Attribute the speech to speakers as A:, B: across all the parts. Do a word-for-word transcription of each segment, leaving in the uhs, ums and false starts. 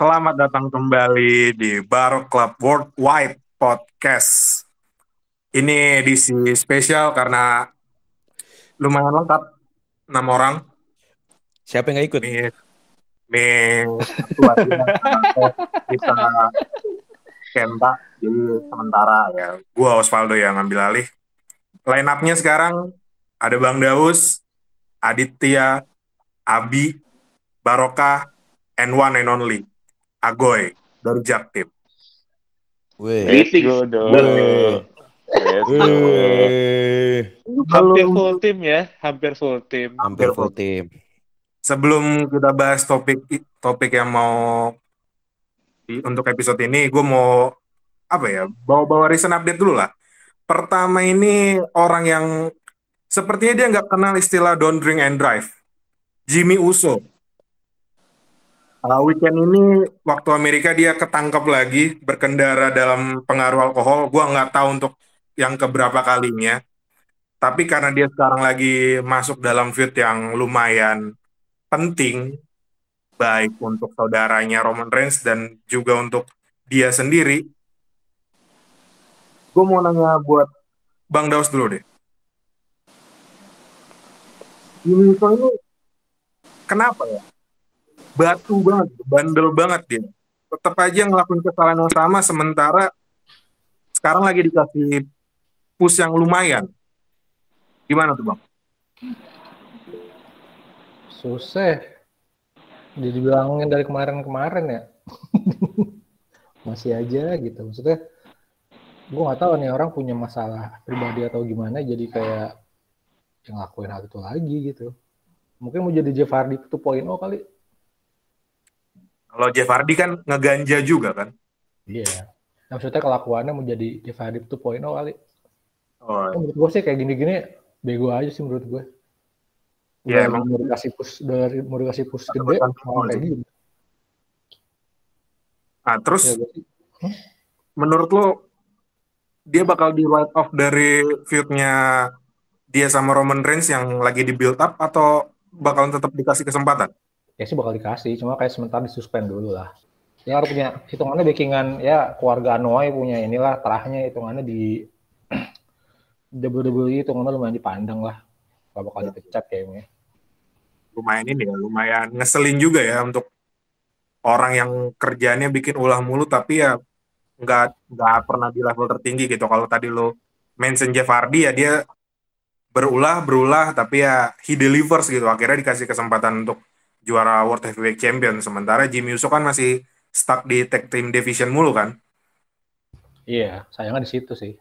A: Selamat datang kembali di Barok Club Worldwide Podcast. Ini edisi spesial karena lumayan lengkap, enam orang.
B: Siapa yang nggak ikut?
A: Nih, nih ketua kita, kita Kenta. Jadi sementara ya, gua Osvaldo yang ambil alih. Line up-nya sekarang ada Bang Daus, Aditya, Abi, Barokah, and one and only Agoy dari Jaktim.
C: Let's go dong. Let's go. Hampir full team ya, hampir full team.
B: Hampir full team.
A: Sebelum kita bahas topik topik yang mau di, untuk episode ini, gue mau apa ya, bawa-bawa recent update dulu lah. Pertama ini orang yang sepertinya dia nggak kenal istilah don't drink and drive. Jimmy Uso. Uh, weekend ini waktu Amerika dia ketangkep lagi berkendara dalam pengaruh alkohol. Gue nggak tahu untuk yang keberapa kalinya. Tapi karena dia sekarang lagi masuk dalam feud yang lumayan penting, baik untuk saudaranya Roman Reigns dan juga untuk dia sendiri, gue mau nanya buat Bang Daus dulu deh. Ini ini kenapa ya? Batu banget, bandel banget dia. Tetap aja ngelakuin kesalahan yang sama, sementara sekarang lagi dikasih push yang lumayan. Gimana tuh Bang?
D: Susah. Jadi bilangin dari kemarin-kemarin ya. Masih aja gitu. Maksudnya gue gak tahu nih orang punya masalah pribadi atau gimana jadi kayak yang ngelakuin hal itu lagi gitu. Mungkin mau jadi Jeff Hardy dua titik nol kali.
A: Kalau Jeff Hardy kan ngeganja juga kan?
D: Iya. Nah, maksudnya kelakuannya mau jadi Jeff Hardy dua titik nol kali.
A: Oh,
D: iya. Menurut gue sih kayak gini-gini bego aja sih menurut gue.
A: Ya,
D: udah
A: emang
D: mau dikasih push, dari mau dikasih push gede malah kayak gini.
A: Nah, terus
D: ya, hmm?
A: menurut lo dia bakal di write off dari feud-nya dia sama Roman Reigns yang lagi di build up atau bakal tetap dikasih kesempatan?
D: Ya sih bakal dikasih, cuma kayak sementara disuspend dulu lah. Ya harus punya hitungannya backingan ya keluarga Anoa'i punya inilah terahnya hitungannya di W W E hitungannya lumayan dipandang lah. Gak bakal dipecat kayaknya.
A: Lumayan ini ya, lumayan ngeselin juga ya untuk orang yang kerjanya bikin ulah mulu tapi ya nggak nggak pernah di level tertinggi gitu. Kalau tadi lo mention Jeff Hardy ya dia berulah berulah tapi ya he delivers gitu. Akhirnya dikasih kesempatan untuk juara World Heavyweight Champion. Sementara Jimmy Uso kan masih stuck di tag team division mulu kan?
D: Iya, sayangnya di situ sih.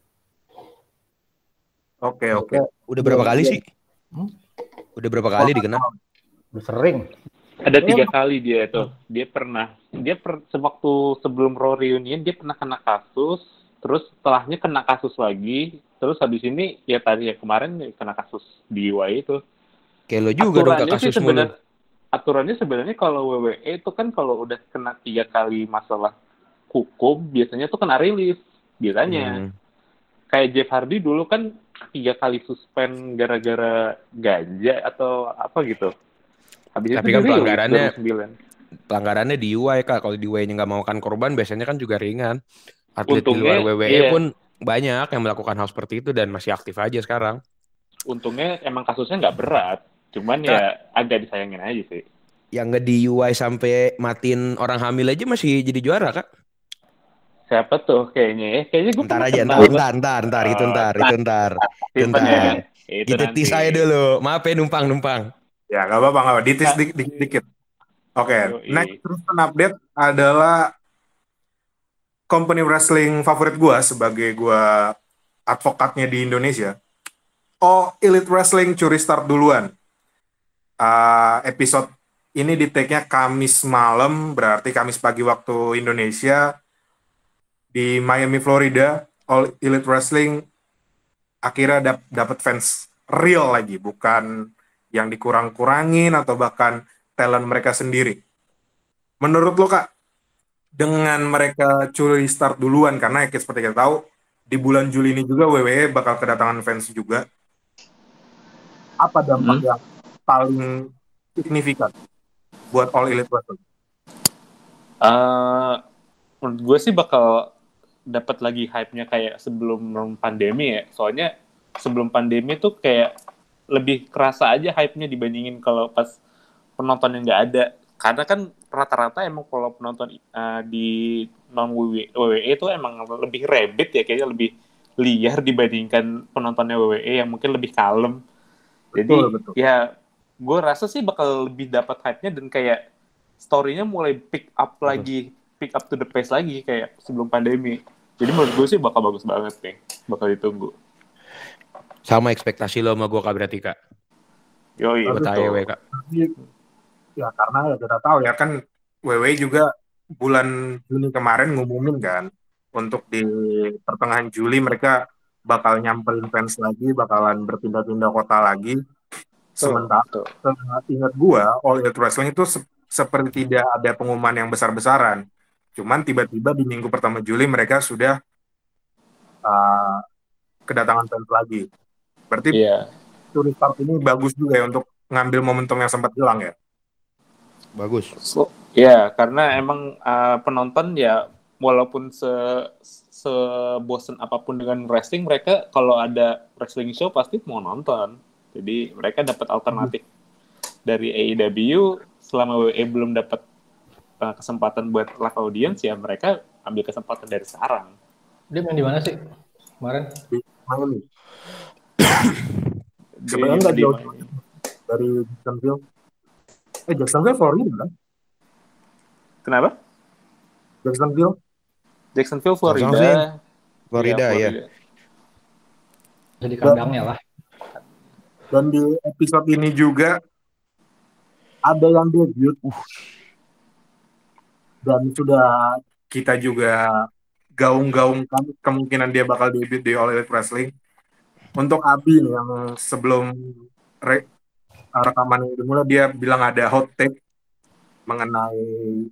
A: Oke oke.
B: Udah berapa kali sih? Hmm? Udah berapa kali dikenal?
D: Udah sering.
C: Ada tiga kali dia tuh. Dia pernah, dia per, sewaktu sebelum Raw Reunion dia pernah kena kasus, terus setelahnya kena kasus lagi, terus habis ini ya tadi ya kemarin kena kasus di U A E itu.
B: Kayak lo juga dong kasus mulu.
C: Aturannya sebenarnya kalau W W E itu kan kalau udah kena tiga kali masalah hukum biasanya tuh kena rilis biasanya. Hmm. Kayak Jeff Hardy dulu kan tiga kali suspend gara-gara ganja atau apa gitu. Habis
B: tapi
C: itu
B: kan pelanggarannya
C: dua ribu sembilan
B: pelanggarannya di U A E kak. Kalau di U A E nggak mau kan korban biasanya kan juga ringan. Atlet
C: untungnya,
B: di luar W W E
C: iya.
B: pun banyak yang melakukan hal seperti itu dan masih aktif aja sekarang.
C: Untungnya emang kasusnya nggak berat, cuman kak, ya agak disayangin aja sih.
B: Yang nggak di U A E sampai matiin orang hamil aja masih jadi juara kak.
C: Siapa tuh kayaknya ya? Kayaknya gue
B: ntar aja, ntar, ntar, ntar, ntar, itu ntar, itu ntar, itu ntar. Itu tis aja dulu, maaf ya numpang-numpang.
A: Ya nggak apa-apa, nggak apa-apa, ditis dikit-dikit. Oke, okay. Next terus update adalah company wrestling favorit gue sebagai gue advokatnya di Indonesia. Oh, Elite Wrestling curi start duluan. Uh, episode ini di take-nya Kamis malam, berarti Kamis pagi waktu Indonesia. Di Miami, Florida, All Elite Wrestling akhirnya dap- dapat fans real lagi, bukan yang dikurang-kurangin atau bahkan talent mereka sendiri. Menurut lo kak, dengan mereka curi start duluan, karena ya, seperti kita tahu di bulan Juli ini juga W W E bakal kedatangan fans juga. Apa dampak hmm. yang paling signifikan buat All Elite Wrestling?
C: Uh, menurut gue sih bakal dapat lagi hype-nya kayak sebelum pandemi ya. Soalnya sebelum pandemi tuh kayak lebih kerasa aja hype-nya dibandingin kalau pas penonton yang nggak ada. Karena kan rata-rata emang kalau penonton uh, di non W W E itu emang lebih rabid ya, kayaknya lebih liar dibandingkan penontonnya W W E yang mungkin lebih kalem. Jadi betul, betul. Ya gue rasa sih bakal lebih dapat hype-nya dan kayak story-nya mulai pick up betul. lagi, pick up to the pace lagi kayak sebelum pandemi. Jadi menurut gue sih bakal bagus banget nih, bakal ditunggu.
B: Sama ekspektasi lo sama gue Kak berarti Kak.
C: Yoi,
B: betul. Kak.
A: Ya karena ya kita tahu ya kan W W E juga bulan Juni kemarin ngumumin kan untuk di pertengahan Juli mereka bakal nyamperin fans lagi, bakalan berpindah-pindah kota lagi. Sementara ingat gua All Elite Wrestling itu se- seperti tidak ada pengumuman yang besar-besaran. Cuman tiba-tiba di minggu pertama Juli mereka sudah uh, kedatangan fans lagi. Berarti yeah. Tour start ini bagus juga ya untuk ngambil momentum yang sempat hilang ya.
B: Bagus.
C: So, ya, karena emang uh, penonton ya walaupun se sebosen apapun dengan wrestling, mereka kalau ada wrestling show pasti mau nonton. Jadi mereka dapat alternatif hmm. dari A E W selama W W E belum dapat uh, kesempatan buat live audience ya mereka ambil kesempatan dari sekarang.
D: Dia main di mana sih kemarin?
A: Di Miami. Sebenarnya nggak jauh dari Jacksonville. Eh, Jacksonville, Florida kan?
C: Kenapa?
A: Jacksonville.
C: Jacksonville, Florida.
B: Florida, Florida ya.
D: Florida. Jadi kandangnya lah.
A: Dan di episode ini juga ada yang debut. Uh. Dan sudah kita juga gaung-gaungkan kemungkinan dia bakal debut di All Elite Wrestling. Untuk Abi nih, yang sebelum re- rekaman ini dimulai dia bilang ada hot take mengenai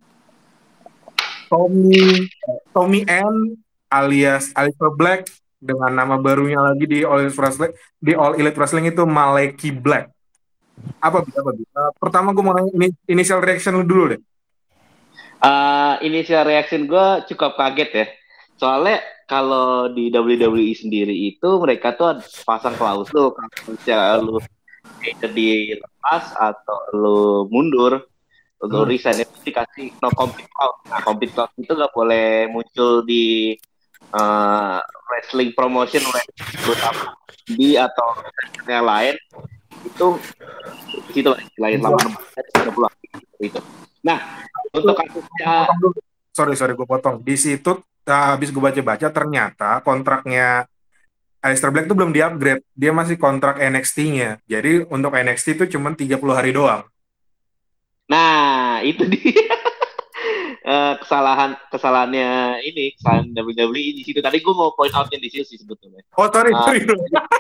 A: Tommy Tommy N alias Aleister Black dengan nama barunya lagi di All Elite Wrestling di All Elite Wrestling itu Malachi Black. Apa bisa apa bisa? Pertama gue mau nanya ini initial reaction lu dulu deh.
E: Uh, initial reaction gue cukup kaget ya. Soalnya kalau di W W E sendiri itu mereka tuh pasang klausul kalau misalnya lu dilepas atau lu mundur untuk hmm. resign itu dikasih no compete clause. Nah, compete clause itu nggak boleh muncul di uh, wrestling promotion di atau yang lain itu di situ lain lama itu. Nah, untuk kasusnya
A: sorry sorry gue potong di situ. Nah, habis gue baca-baca ternyata kontraknya Aleister Black itu belum di-upgrade. Dia masih kontrak N X T-nya. Jadi untuk N X T itu cuma tiga puluh hari doang.
E: Nah, itu dia. uh, kesalahan kesalahannya ini, kesalahan W W E di situ. Tadi gue mau point out-nya di situ sih sebetulnya.
A: Oh, sorry, uh, sorry.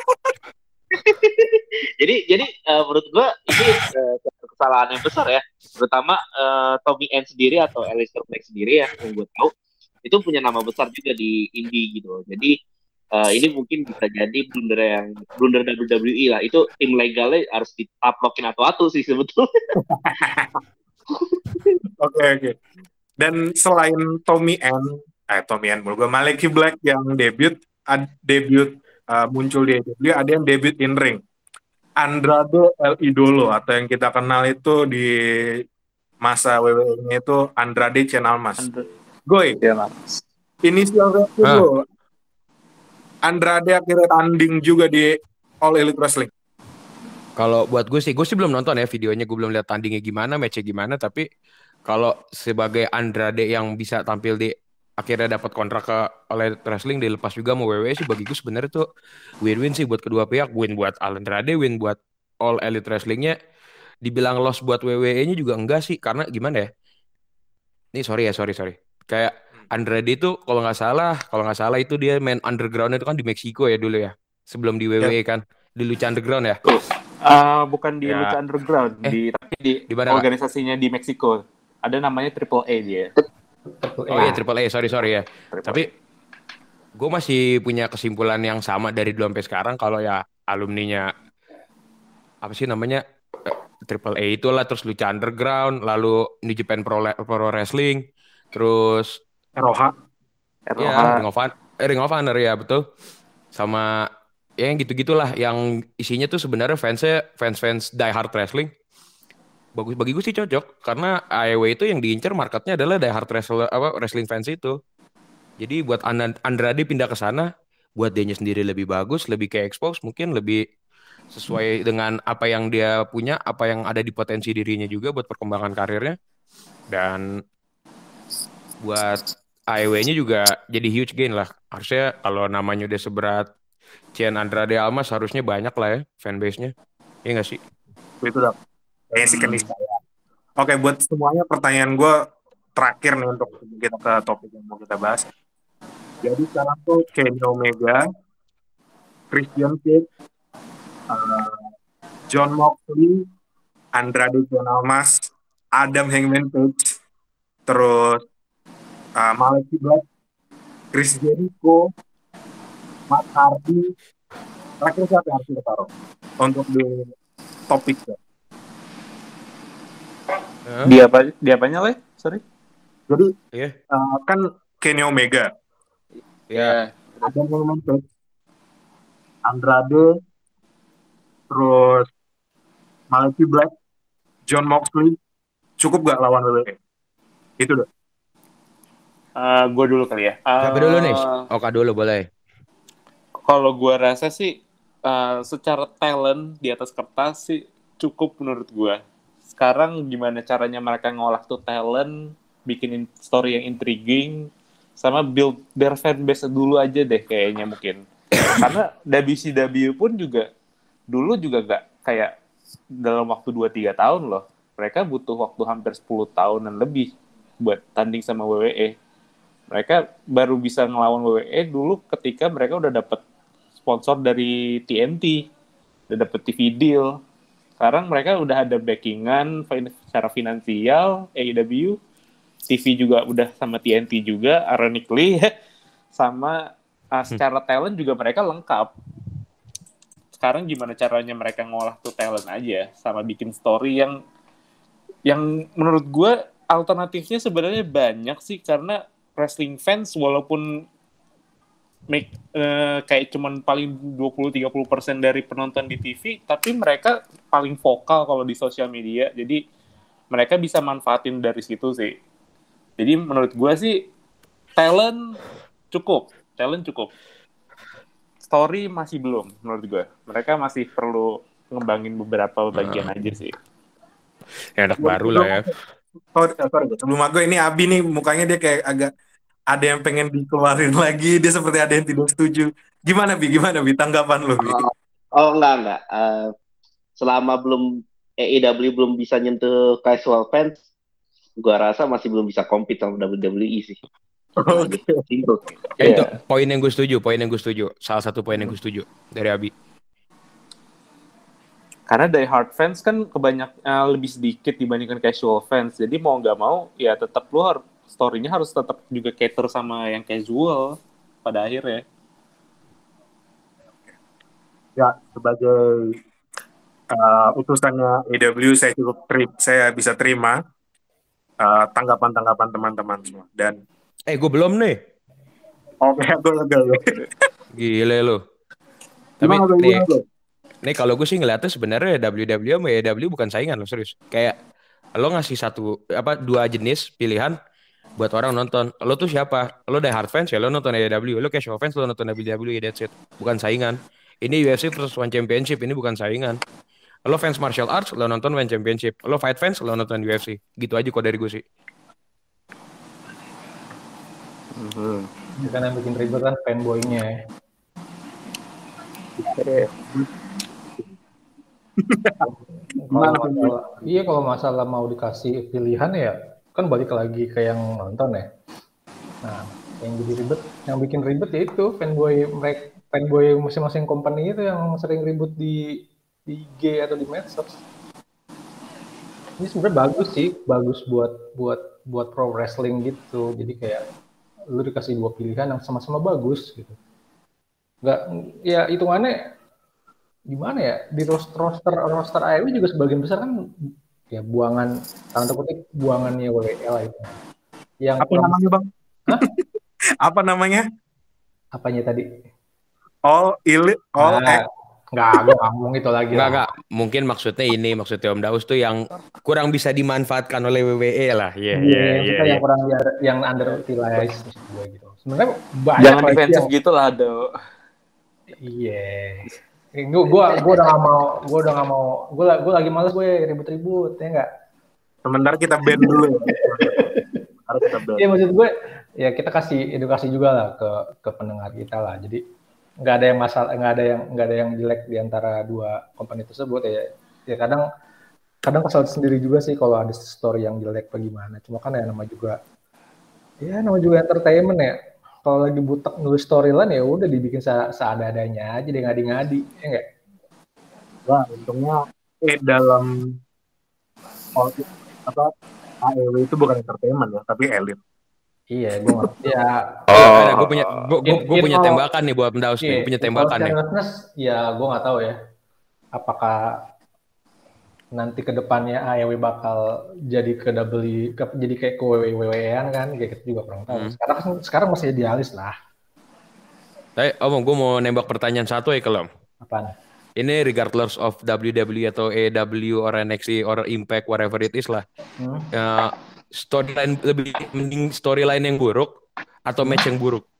E: jadi jadi uh, menurut gue ini uh, kesalahan yang besar ya. Terutama uh, Tommy End sendiri atau Aleister Black sendiri ya, yang gue tahu itu punya nama besar juga di indie gitu. Jadi uh, ini mungkin bisa jadi blunder yang blunder W W E lah. Itu tim legalnya harus di-uploakin atau-atau sih sebetulnya.
A: Oke okay, oke. Okay. Dan selain Tommy N, eh Tommy N, gue Malachi Black yang debut, ad, debut uh, muncul di A E W, ada yang debut in ring. Andrade El Idolo atau yang kita kenal itu di masa W W E-nya itu Andrade Cien Almas. And- Goy, ya, Mas. Inisial reaksi lo. Andrade akhirnya tanding juga di All Elite Wrestling.
B: Kalau buat gue sih, gue sih belum nonton ya videonya, gue belum lihat tandingnya gimana, matchnya gimana. Tapi kalau sebagai Andrade yang bisa tampil di akhirnya dapat kontrak ke All Elite Wrestling dilepas juga mau W W E sih, bagi gue sebenarnya tuh win-win sih buat kedua pihak. Win buat Andrade, win buat All Elite Wrestling-nya. Dibilang loss buat W W E-nya juga enggak sih, karena gimana ya? Ini sorry ya, sorry sorry. Kayak Andrade itu kalau nggak salah, kalau nggak salah itu dia main underground itu kan di Meksiko ya dulu ya, sebelum di W W E ya. Kan di Lucha Underground ya.
C: Uh, bukan di ya. Lucha Underground,
B: eh,
C: di tapi di
B: dimana,
C: organisasinya Kak? Di Meksiko. Ada namanya Triple A dia.
B: Triple A. Oh iya Triple A, sorry sorry ya. Triple tapi gue masih punya kesimpulan yang sama dari dulu sampai sekarang kalau ya alumninya apa sih namanya Triple A itulah, terus Lucha Underground, lalu New Japan Pro, Pro Wrestling. terus
A: R O H.
B: ya Ring of Honor, eh, Ring of Honor ya betul. Sama ya yang gitu-gitulah yang isinya tuh sebenarnya fansnya fans-fans die hard wrestling. Bagus bagi gue sih cocok karena A E W itu yang diincar marketnya adalah die hard wrestler apa wrestling fans itu. Jadi buat An- Andrade pindah ke sana, buat dianya sendiri lebih bagus, lebih kayak expose, mungkin lebih sesuai dengan apa yang dia punya, apa yang ada di potensi dirinya juga buat perkembangan karirnya. Dan buat A E W-nya juga jadi huge gain lah. Harusnya kalau namanya udah seberat Cien Andrade Almas harusnya banyak lah ya fanbase-nya. Iya nggak sih?
A: Itu udah kayaknya sih keniscayaan. Oke, buat semuanya pertanyaan gue terakhir nih untuk kita ke topik yang mau kita bahas. Jadi sekarang tuh Kenny Omega, Christian Cage, uh, John Moxley, Andrade Cien Almas, Adam Hangman Page, terus uh, Malachi Black, Chris Jericho, Matt Hardy. Terakhir siapa yang harus kita taruh untuk di topiknya?
C: Dia apa? Dia apanya Le? Sorry.
A: Jadi
B: Iya.
A: uh, kan Kenny Omega,
B: Iya.
A: Adam Hangman Page, Andrade, terus Malachi Black, John Moxley, cukup gak lawan W W E? Itu deh.
C: Uh, gue dulu kali ya. Uh,
B: Siapa dulu nih? Oka dulu boleh.
C: Kalau gue rasa sih uh, secara talent di atas kertas sih cukup menurut gue. Sekarang gimana caranya mereka ngolah tuh talent, bikinin story yang intriguing, sama build their fanbase dulu aja deh kayaknya mungkin. Karena W C W pun juga dulu juga gak kayak dalam waktu dua tiga tahun loh. Mereka butuh waktu hampir sepuluh tahunan lebih buat tanding sama W W E. Mereka baru bisa ngelawan W W E dulu ketika mereka udah dapet sponsor dari T N T, udah dapet T V deal. Sekarang mereka udah ada backingan secara finansial, A E W, T V juga udah sama T N T juga, ironically, sama uh, secara talent juga mereka lengkap. Sekarang gimana caranya mereka ngolah tuh talent aja, sama bikin story yang yang menurut gue alternatifnya sebenarnya banyak sih, karena wrestling fans walaupun make uh, kayak cuman paling dua puluh sampai tiga puluh persen dari penonton di T V, tapi mereka paling vokal kalau di sosial media. Jadi mereka bisa manfaatin dari situ sih. Jadi menurut gue sih talent cukup, talent cukup. Story masih belum menurut gue. Mereka masih perlu ngembangin beberapa bagian uh. aja sih.
B: Ya, anak baru lah ya.
A: Sorry, sorry. Sebelum aku ini Abi nih mukanya dia kayak agak ada yang pengen dikeluarin lagi, dia seperti ada yang tidak setuju. Gimana Bi? Gimana Bi? Tanggapan lu Bi?
E: Oh, oh enggak enggak. Uh, selama belum A E W belum bisa nyentuh casual fans, gua rasa masih belum bisa compete sama W W E sih.
A: Oke.
E: Okay.
B: Ya, itu poin yang gue setuju, poin yang gue setuju. Salah satu poin yang gue setuju dari Abi.
C: Karena die hard fans kan kebanyak uh, lebih sedikit dibandingkan casual fans. Jadi mau nggak mau ya tetap lu harus story-nya harus tetap juga cater sama yang casual pada akhirnya.
A: Ya, sebagai uh, utusannya A E W saya cukup tri- saya bisa terima uh, tanggapan-tanggapan teman-teman semua. Dan
B: eh gue belum nih.
A: Oke, okay, gue lega lo.
B: Gile lo. Tapi nih, nih kalau gue sih ngeliatnya sebenarnya W W E sama A E W bukan saingan loh, serius. Kayak lo ngasih satu apa dua jenis pilihan buat orang nonton. Lo tuh siapa? Lo die hard fans ya lo nonton A E W. Lo casual fans lo nonton W W E, that's it. Bukan saingan. Ini U F C versus One Championship, ini bukan saingan. Lo fans martial arts lo nonton One Championship. Lo fight fans lo nonton U F C. Gitu aja kok dari gue sih.
D: Mm-hmm. Bukan yang bikin ribet kan fanboy-nya ya. Kalau masalah, iya kalau masalah mau dikasih pilihan ya kan balik lagi ke yang nonton ya. Nah, yang jadi ribet, yang bikin ribet ya itu fanboy mereka, fanboy masing-masing company itu yang sering ribut di di I G atau di medsos. Ini sebenarnya bagus sih, bagus buat buat buat pro wrestling gitu. Jadi kayak lu dikasih dua pilihan yang sama-sama bagus gitu. Nggak, ya hitungannya gimana ya, di roster roster roster A E W juga sebagian besar kan ya buangan, tanda kutip buangannya W W E lah itu. Yang
A: apa namanya bang? Apa namanya?
D: Apanya tadi?
A: All Elite, All
D: nah,
A: X.
D: Nggak, gue ngomong itu lagi
B: Enggak,
D: lah.
B: enggak. Mungkin maksudnya ini, maksudnya Om Daus tuh yang kurang bisa dimanfaatkan oleh W W E lah. Iya,
D: Iya,
B: iya,
D: yang
B: iya.
D: kita
B: iya.
D: yang kurang biar yang underutilized maksud gue gitu. Sebenarnya banyak
C: Jangan
D: lagi
C: defensif
D: yang
C: gitu lah, Do.
D: iya. Gue gua gua udah nggak mau, gue udah nggak mau, gue gue lagi males gue ribut-ribut ya nggak.
A: Sementara kita band dulu ya. Sementara kita band.
D: Iya maksud gue ya kita kasih edukasi juga lah ke ke pendengar kita lah. Jadi nggak ada yang masalah, nggak ada yang nggak ada yang jelek di antara dua company tersebut ya. Ya kadang kadang kesal sendiri juga sih kalau ada story yang jelek bagaimana. Cuma kan ya nama juga ya nama juga entertainment ya. Kalau lagi butek nulis storyline ya udah dibikin se- seada-adanya aja, dia ngadi-ngadi ya enggak.
A: Wah, untungnya eh dalam all, apa A E W itu bukan entertainment ya, tapi elit.
D: Iya, gue nggak. Ya,
B: Oh, gue punya gue
D: in-
B: gue punya
D: info-
B: tembakan nih buat Daus nih.
D: iya,
B: Gue punya
D: info
B: tembakan nih.
D: seriousness, ya gue nggak tahu ya. Apakah nanti ke depannya A E W bakal jadi ke W, ke, jadi kayak ke W W E-an kan, kayak gitu juga kurang tahu.
B: Hmm.
D: Sekarang sekarang masih idealis lah.
B: Tapi Om, gue mau nembak pertanyaan satu ya kalau Om.
D: Apaan?
B: Ini regardless of W W E atau A E W or N X T or Impact whatever it is lah.
D: Hmm?
B: Ya, storyline lebih mending storyline yang buruk atau match yang buruk?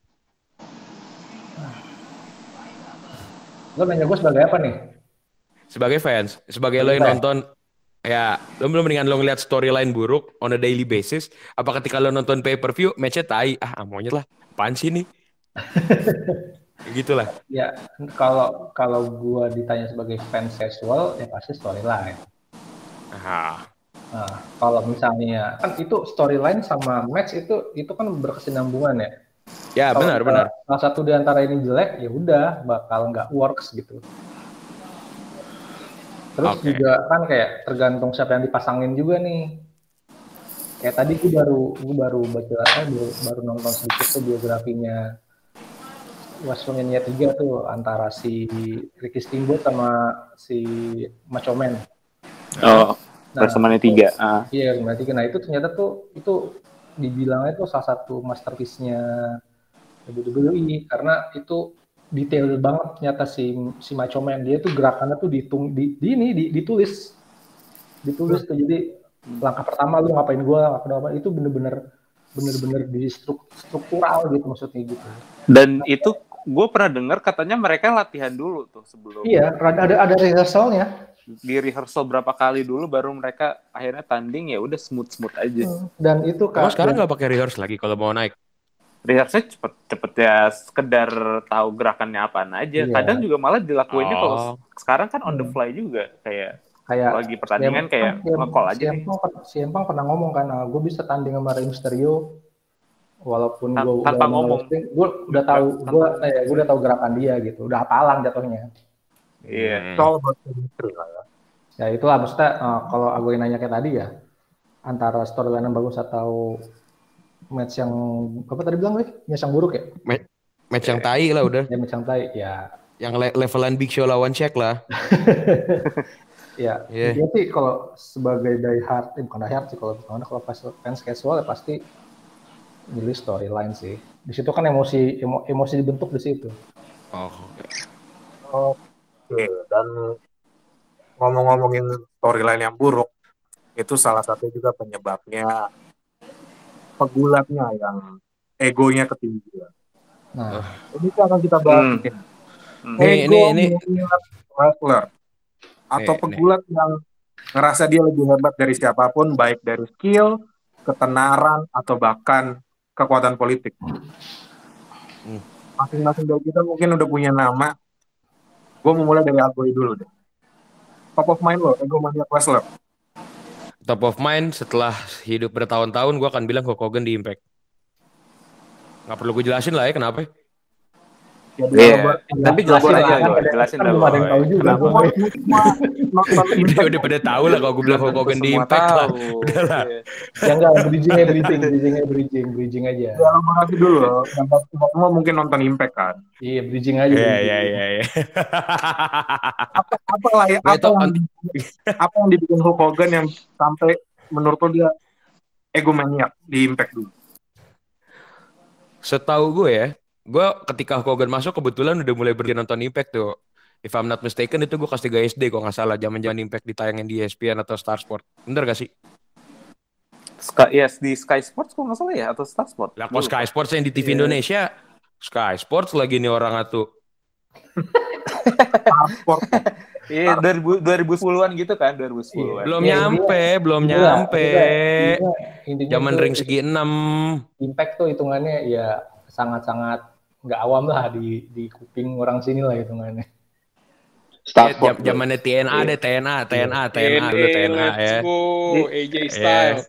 D: Lo nanya gue sebagai apa nih?
B: Sebagai fans, sebagai lo yang
D: Fans.
B: nonton, ya lo belum mendingan lo ngeliat storyline buruk on a daily basis. Apa ketika lo nonton pay per view matchnya tai, ah monyet lah, apaan sih nih? Gitulah.
D: Ya kalau kalau gue ditanya sebagai fans casual ya pasti storyline.
B: Ah,
D: Nah, kalau misalnya kan itu storyline sama match itu itu kan berkesinambungan ya.
B: ya
D: Kalau
B: benar
D: salah-
B: benar.
D: Salah satu di antara ini jelek, ya udah bakal nggak works gitu. Terus
B: Oke.
D: juga kan kayak tergantung siapa yang dipasangin juga nih. Kayak tadi gue baru gue baru baca eh, baru, baru nonton sedikit tuh biografinya WrestleMania tiga tuh antara si Ricky Steamboat sama si Macho Man.
C: Oh,
D: Nah,
C: WrestleMania tiga. Ah.
D: Iya, berarti nah itu ternyata tuh itu dibilangnya tuh salah satu masterpiece-nya W W E karena itu detail banget ternyata si si Macho Man, dia tuh gerakannya tuh ditung di, di ini di, ditulis ditulis tuh, jadi langkah pertama lu ngapain gua, langkah kedua apa, itu bener-bener bener-bener di struk, struktural gitu maksudnya gitu.
C: Dan itu gue pernah dengar katanya mereka latihan dulu tuh sebelum.
D: Iya, ada ada, ada rehearsalnya.
C: Di rehearsal berapa kali dulu baru mereka akhirnya tanding, ya udah smooth smooth aja.
D: Dan itu
B: Kalau
D: kan
B: sekarang nggak pakai rehearse lagi kalau mau naik.
C: Rehearsal cepet-cepet ya, sekedar tahu gerakannya apaan aja.
D: Iya.
C: Kadang juga malah dilakuinnya
B: Oh.
C: kalau sekarang kan on the
D: Hmm.
C: fly juga, kayak
D: kayak
C: lagi pertandingan
D: si
C: kayak
D: Empang-
C: nge-call aja
D: si
C: nih.
D: Empang, si Empang pernah ngomong kan, nah, gue bisa tanding sama Rey Mysterio walaupun
C: Tan-
D: gue
C: tanpa
D: udah
C: ngomong.
D: gue udah tahu
C: Tanpa
D: gue
C: ngomong.
D: eh, gue udah tahu gerakan dia gitu, udah hafalan jatuhnya.
C: Iya.
B: Hmm.
A: Soal buat chemistry lah ya.
D: Ya itulah maksudnya eh, kalau gue nanya kayak tadi ya, antara storyline yang bagus atau match yang apa tadi bilang nih, match yang buruk ya,
B: Match yang tai lah udah.
D: ya match yang tai ya.
B: Yang le- levelan Big Show lawan Shaq lah.
D: Ya,
B: Iya.
D: intinya sih kalau sebagai die hard, eh, bukan die hard sih kalau misalnya kalau fans- fans casual ya pasti milih storyline sih. Di situ kan emosi emo- emosi dibentuk di situ.
B: Oh.
A: Oke, dan ngomong-ngomongin storyline yang buruk, itu salah satu juga penyebabnya pegulatnya yang egonya ketinggian.
D: Nah,
A: Ini akan kita bahas.
C: Hmm.
A: mungkin.
C: Hmm.
B: Nih,
A: Ego
B: ini- ini-
A: mengingat wrestler atau
B: Nih,
A: pegulat yang ngerasa dia lebih hebat dari siapapun, baik dari skill, ketenaran, atau bahkan kekuatan politik.
B: Hmm.
A: Masing-masing dari kita mungkin udah punya nama. Gue mau mulai dari Agoy dulu deh. Top of mind lo, ego maniac wrestler.
B: Top of mind setelah hidup bertahun-tahun gue akan bilang Hulk Hogan di Impact. Nggak perlu gue jelasin lah ya kenapa.
A: Ya,
C: Iya.
A: dia ber-
C: Tapi
A: ya,
C: jelasin
A: ber-
C: aja,
D: kan
C: Boy.
D: ada-
C: Jelasin
D: kan
C: dah,
D: belum ada yang
C: Boy.
D: tahu juga.
C: Kenapa?
D: Boy.
A: Semua nonton
B: udah
A: Impact.
B: udah pada tahu lah kalau gue bilang Hulk Hogan di
C: Semua
B: Impact lah.
C: tahu.
B: Udah lah.
C: Iya.
D: Ya enggak, bridging aja, bridging, bridging aja, bridging, bridging aja.
A: Ya, elaborasi dulu loh. Yang semua mungkin nonton Impact kan.
D: Iya, bridging aja.
B: Iya
D: bridging.
B: iya iya. iya.
A: Apa, apa lah ya,
B: Wait,
A: apa
B: oh,
A: yang, apa yang dibikin Hulk Hogan yang sampai menurut lo dia egomaniac di Impact dulu?
B: Setahu gue ya, gue ketika Hogan masuk kebetulan udah mulai berhenti nonton Impact tuh. If I'm not mistaken itu gue kelas tiga S D kok nggak salah, zaman-zaman Impact ditayangin di E S P N atau Star Sport. Bener gak sih?
C: Sky, yes, di Sky Sports kok nggak salah ya atau Star Sport?
B: Lah kok Sky Sports yang di T V yeah. Indonesia, Sky Sports lagi nih orang atuh.
C: Iya, dua ribu sepuluhan gitu kan, dua ribu sepuluhan.
B: Belum yeah, nyampe, yeah. belum yeah. nyampe. Yeah. Zaman ring segi enam.
D: Impact tuh hitungannya ya sangat-sangat nggak awam lah di di kuping orang sini lah hitungannya.
B: Ya, zamannya T N A deh, T N A, T N A, T N A dulu T N A ya.
F: Let's go, A J Styles.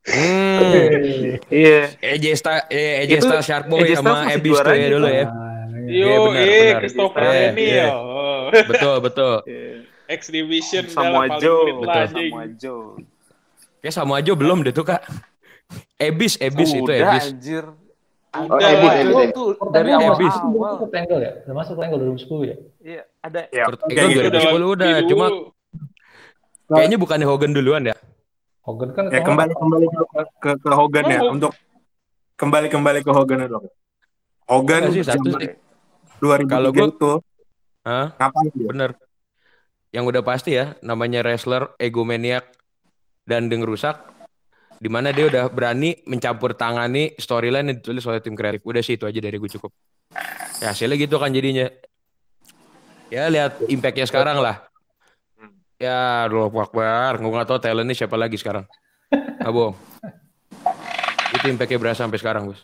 B: Iya. A J Styles, A J Styles Sharp Boy sama Abyss tuh ya dulu ya.
F: Yo, eh, Christopher Daniel.
B: Betul, betul.
F: X Division
C: Samoa Joe,
F: Samoa
C: Joe.
B: Kayak Samoa Joe belum deh tuh Kak. Abyss, Abyss itu Abyss.
C: Anjir.
E: Oh, Abyss, Abyss.
C: Tuh dari awal-awal.
D: Udah masuk Tangle ya? Udah masuk Tangle dua ribu sepuluh ya?
C: Iya, ada.
A: Ya,
B: itu dua ribu sepuluh udah, cuma kayaknya bukannya Hogan duluan ya?
D: Hogan kan
A: ya kembali kembali ke ke, ke Hogan oh. ya untuk kembali kembali ke Hogan dulu. Hogan
B: sih satu sih.
A: dua ribu tiga kalau gue itu
B: Hah? Ngapain dia? Bener. Yang udah pasti ya, namanya wrestler, egomaniac, dan deng rusak. Dimana dia udah berani mencampur tangani storyline yang ditulis oleh tim kreatif. Udah sih itu aja dari gue cukup. Ya hasilnya gitu kan jadinya. Ya lihat impact-nya sekarang lah. Ya Allahu Akbar. Gue gak tau talentnya siapa lagi sekarang. Gak bohong. Itu impact-nya berasa sampai sekarang bos.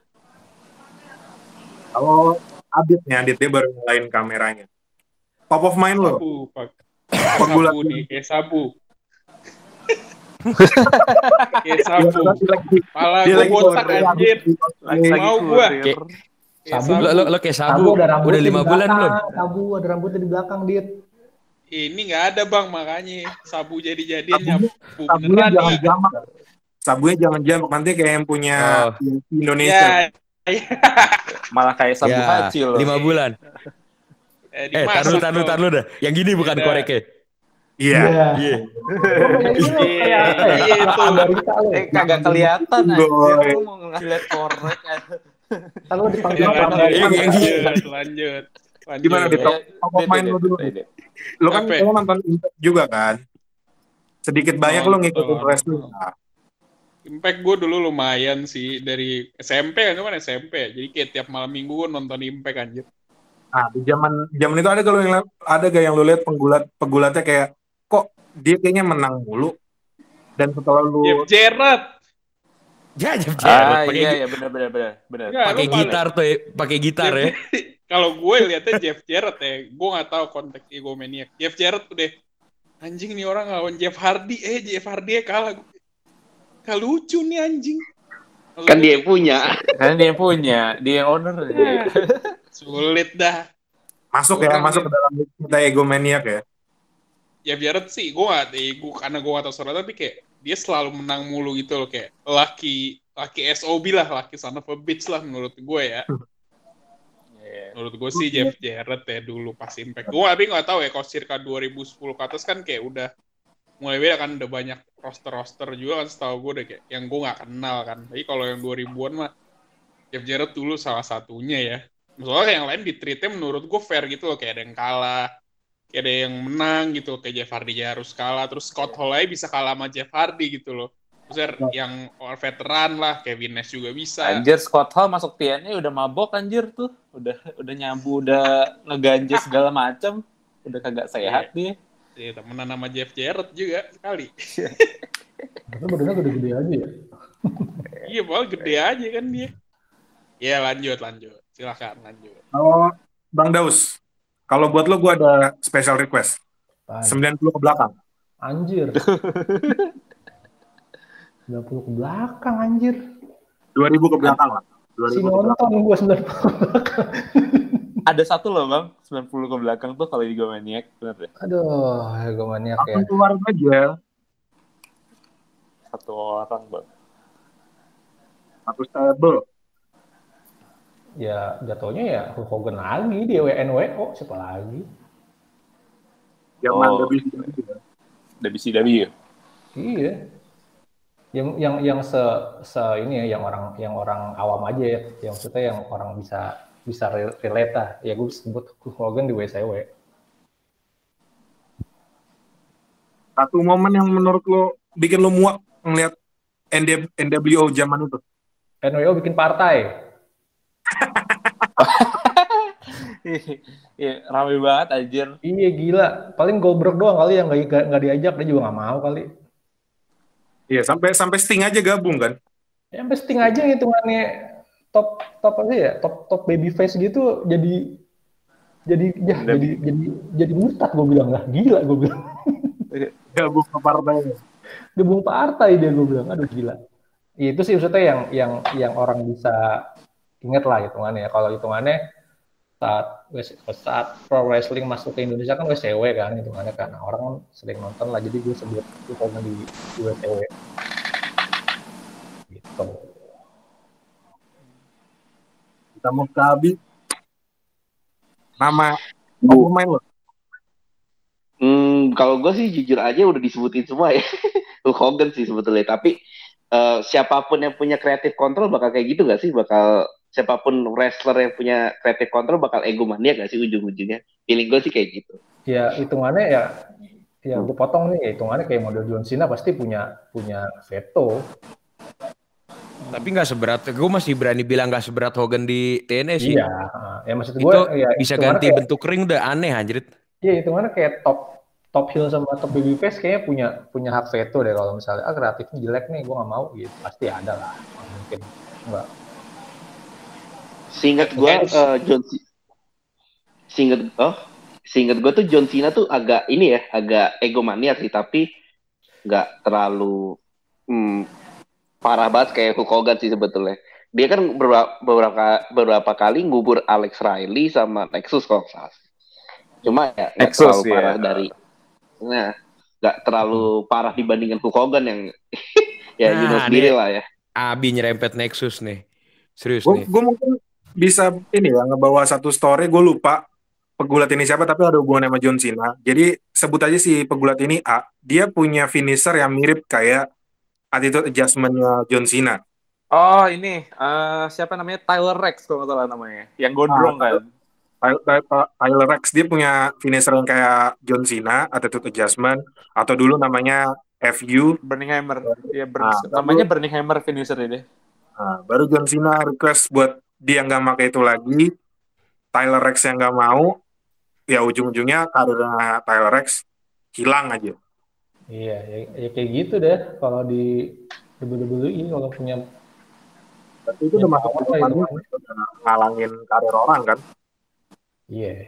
A: Kalau Adit nih, Adit dia baru nyalain kameranya. Top of mind lo.
F: Sabu, Pak. Sabu nih, kayak sabu. Kayak sabu. Pala gue botak anjir. Mau gue.
B: Sabu, lo, lo, lo kayak sabu. Sabu ada udah lima bulan belum?
D: Sabu ada rambutnya di belakang, Dit.
F: Ini nggak ada bang, makanya sabu jadi-jadian
A: nyabu beneran jangan jamak. Sabunya jangan jamak, nanti kayak yang punya oh. Indonesia.
F: Ya.
C: Malah kayak sabu
B: ya,
C: kacil.
B: Lima bulan. Eh, eh taruh, taruh, taruh dah. Yang gini bukan ya, koreknya.
A: Iya.
B: Iya.
F: Iya itu.
C: Eh kagak kelihatan aja. Lu mau ngeliat korek.
D: Kalau dipanggil
F: lanjut, lanjut.
A: Gimana di top of mind lu dulu? Lu kan lu nonton Impact juga kan? Sedikit banyak lu ngikutin wrestling.
F: Impact gue dulu lumayan sih dari S M P kan, kan S M P. Jadi kayak tiap malam minggu gue nonton Impact anjir.
A: Nah, di zaman zaman itu ada kalau yang ada gak yang lu lihat penggulat pegulatnya kayak kok dia kayaknya menang mulu dan setelah lu
F: Jeff Jarrett.
B: Ya Jeff Jarrett
C: ah,
B: pakai
C: iya iya benar benar benar benar.
B: Pakai gitar tuh, ya. pakai gitar ya.
F: Kalau gue lihatnya Jeff Jarrett ya, gue nggak tahu konteks egomaniac. Jeff Jarrett udah anjing nih orang lawan Jeff Hardy, eh Jeff Hardy kalah. Gak lucu nih anjing.
E: Maksud kan dia yang punya.
C: Kan dia yang punya, dia yang owner.
F: Ya. Sulit dah.
A: Masuk orang ya, masuk ke dalam kita egomaniac ya.
F: Jeff Jarrett sih, gue gak ego karena gue gak tau suara, tapi kayak dia selalu menang mulu gitu loh, kayak laki laki S O B lah, laki son of a bitch lah menurut gue ya. Yeah. Menurut gue sih Jeff Jarrett ya dulu pas Impact. Gue tapi gak tahu ya kalau circa dua ribu sepuluh ke atas kan kayak udah mulai beda kan, udah banyak roster-roster juga kan setahu gue deh kayak yang gue gak kenal kan. Tapi kalau yang dua ribuan mah Jeff Jarrett dulu salah satunya ya. Soalnya yang lain di-treatnya menurut gue fair gitu loh, kayak ada yang kalah, kayak ada yang menang gitu, kayak Jeff Hardy harus kalah, terus Scott Hall aja bisa kalah sama Jeff Hardy gitu loh. Terus yang veteran lah, Kevin Nash juga bisa.
C: Anjir, Scott Hall masuk T N A udah mabok anjir tuh, udah udah nyambu, udah ngeganja segala macam, udah kagak sehat dia.
F: Iya, temenan sama Jeff Jarrett juga sekali.
D: Tapi badannya gede-gede aja ya.
F: Iya, malah gede aja kan dia. Iya, lanjut, lanjut. Silakan lanjut.
A: Kalau Bang Daus, kalau buat lo gue ada special request. Apaan? sembilan puluh ke belakang.
D: Anjir. sembilan puluh ke belakang anjir.
A: dua ribu ke belakang lah.
D: Si Nono kan gue sembilan puluh ke belakang.
C: Ada satu loh bang, sembilan puluh ke belakang tuh kalau egomaniac, bener deh.
D: Aduh, egomaniac ya.
A: Aku keluar aja.
C: Satu orang bang.
A: Satu stable.
D: Ya jatuhnya ya Hulk Hogan lagi di W N W O, siapa lagi?
A: Zaman
C: oh,
A: W C W.
C: W C W.
D: Iya. Yang yang yang se, se ini ya yang orang yang orang awam aja ya, yang maksudnya yang orang bisa bisa relate lah. Ya gue sebut Hulk Hogan di W C W.
A: Satu momen yang menurut lo bikin lo muak ngeliat N W O zaman itu.
D: N W O bikin partai.
C: Iya, rame banget anjir.
D: Iya gila. Paling Goldberg doang kali yang nggak nggak diajak, dia juga nggak mau kali.
A: Iya, sampai sampai Sting aja gabung kan.
D: Ya sampai Sting aja hitungannya top top apa ya? Top top babyface gitu jadi jadi ya
C: Udah
D: jadi
C: bi-
D: jadi jadi murtad gue bilang, lah gila gue bilang.
A: Gabung ke partainya.
D: Gabung partai dia, gue bilang, aduh gila. Itu sih maksudnya yang yang yang orang bisa inget lah hitungannya. Kalau hitungannya saat saat pro wrestling masuk ke Indonesia kan W C W kan hitungannya, karena orang kan sering nonton lah, jadi gue sebut itu karena di, di W C W gitu.
A: Kita mau ke Abi. Nama pemain lo.
E: Hmm, kalau gue sih jujur aja udah disebutin semua ya. Hulk Hogan sih sebetulnya. Tapi uh, siapapun yang punya creative control bakal kayak gitu gak sih? Bakal siapapun wrestler yang punya creative control bakal egomania gak sih ujung-ujungnya? Feeling gue sih kayak gitu.
D: Ya hitungannya ya, ya gue potong nih, ya hitungannya kayak model John Cena pasti punya punya veto.
B: Tapi nggak seberat, gue masih berani bilang nggak seberat Hogan di T N A sih.
D: Iya, ya maksud gue
B: Itu
D: ya,
B: bisa ganti
D: kayak,
B: bentuk ring udah aneh anjir.
D: Iya hitungannya kayak top top heel sama top babyface kayaknya punya punya hak veto deh, kalau misalnya ah kreatifnya jelek nih gue nggak mau gitu, pasti ada lah, mungkin enggak.
E: Seingat gue uh, John C- seingat oh seingat gue tuh John Cena tuh agak ini ya, agak egomaniak sih, tapi nggak terlalu hmm, parah banget kayak Hulk Hogan sih sebetulnya. Dia kan beberapa beberapa, beberapa kali ngubur Alex Riley sama Nexus kalau nggak salah. Cuma ya nggak
C: Nexus,
E: terlalu parah
C: ya.
E: dari, nah nggak terlalu parah dibandingkan Hulk Hogan yang ya
B: Nah,
E: you know sendiri
B: nih,
E: lah ya.
B: Abi nyerempet Nexus nih, serius
A: Gue
B: nih.
A: mungkin bisa ini ya ngebawa satu story. Gue lupa pegulat ini siapa, tapi ada hubungan sama John Cena. Jadi sebut aja si pegulat ini A. Dia punya finisher yang mirip kayak attitude adjustment-nya John Cena.
C: Oh ini uh, siapa namanya, Tyler Rex kalau nggak salah namanya, yang gondrong
A: Ah,
C: kan.
A: Tyler Rex dia punya finisher yang kayak John Cena, attitude adjustment, atau dulu namanya F U.
C: Burning Hammer, ya ber-
A: Nah,
C: namanya
A: baru,
C: Burning Hammer finisher ini.
A: nah, baru John Cena request buat dia nggak pakai itu lagi. Tyler Rex yang nggak mau, ya ujung-ujungnya karirnya Tyler Rex hilang aja.
D: Iya, ya, ya kayak gitu deh kalau di W W E kalau punya.
A: Tapi itu udah masuk ke depannya, udah ngalangin karir orang kan.
D: Iya.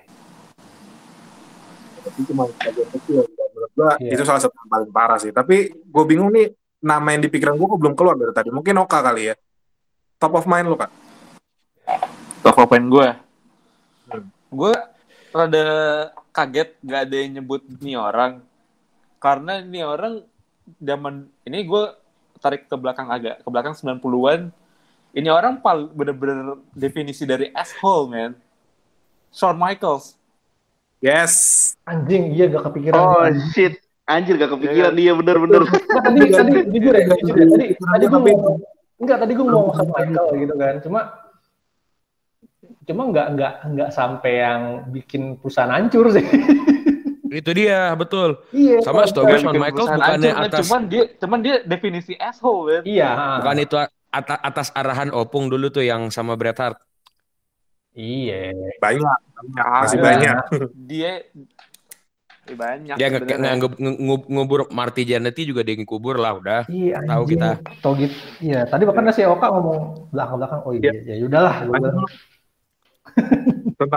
A: Tapi cuma bagian kecil. Dan menurut gue
D: Iya.
A: itu salah satu yang paling parah sih. Tapi gue bingung nih, nama yang di pikiran gue kok belum keluar dari tadi. Mungkin Oka kali ya. Top of mind lo kan?
C: Top of mind gue.
A: Hmm.
C: Gue rada kaget gak ada yang nyebut nih orang. Karena nih orang zaman ini gue tarik ke belakang agak, ke belakang sembilan puluhan. Ini orang pal bener-bener definisi dari asshole, man. Shawn Michaels.
A: Yes.
D: Anjing, iya gak kepikiran.
E: Oh shit, anjir gak kepikiran dia, bener-bener.
D: Tadi tadi jujur ya, jujur ya. Tadi tadi gue mau enggak tadi gue mau ngomong Michael gitu kan. Cuma cuma nggak nggak nggak sampai yang bikin perusahaan hancur sih.
B: Itu dia, betul.
D: Iya.
B: Sama setahu gue Shawn Michaels bukannya
C: hancur,
B: atas,
C: cuman dia cuman dia definisi asshole, man.
D: Iya.
B: bukan itu atas, atas arahan Opung dulu tuh yang sama Bret Hart.
D: Iya.
A: Banyak, banyak. masih
C: Ah,
A: banyak.
C: Dia eh, banyak.
B: Dia
C: sebenarnya.
B: nge- nge- nge- nge- ngubur Marty Jannetty juga dia ngubur lah udah.
D: Iya,
B: Tahu
D: anjing.
B: kita.
D: Tahu gitu. Iya, tadi bahkan si Oka ngomong belakang-belakang, oh iya, ya udahlah gue bilang.
A: Tentang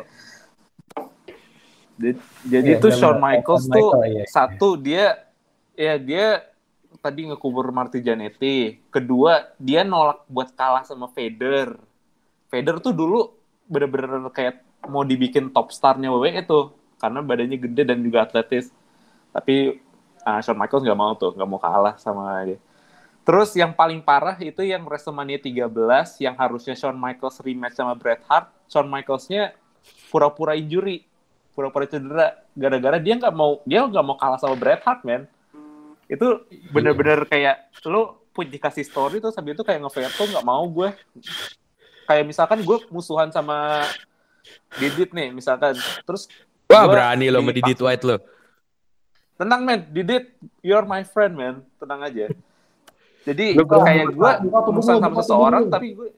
C: Jadi
D: Iya,
C: tuh
D: benar-benar.
C: Shawn Michaels
D: Shawn
C: tuh
D: Michael, iya.
C: satu dia ya dia tadi ngekubur Marty Jannetty. Kedua, dia nolak buat kalah sama Vader. Vader tuh dulu bener-bener kayak mau dibikin top star-nya W W E itu karena badannya gede dan juga atletis. Tapi uh, Shawn Michaels nggak mau tuh, nggak mau kalah sama dia. Terus yang paling parah itu yang WrestleMania tiga belas yang harusnya Shawn Michaels rematch sama Bret Hart, Shawn Michaels-nya pura-pura injury, pura-pura cedera gara-gara dia nggak mau dia nggak mau kalah sama Bret Hart, man. Itu bener-bener kayak lu punya kasih story terus habis itu kayak nge-veto nggak mau gue. Kayak misalkan gue musuhan sama Didit nih misalkan, terus
B: wah berani lo sama Didit White lo.
C: Tenang men, Didit, you're my friend man, tenang aja. Jadi gua, kayak gue musuhan sama seseorang tapi gue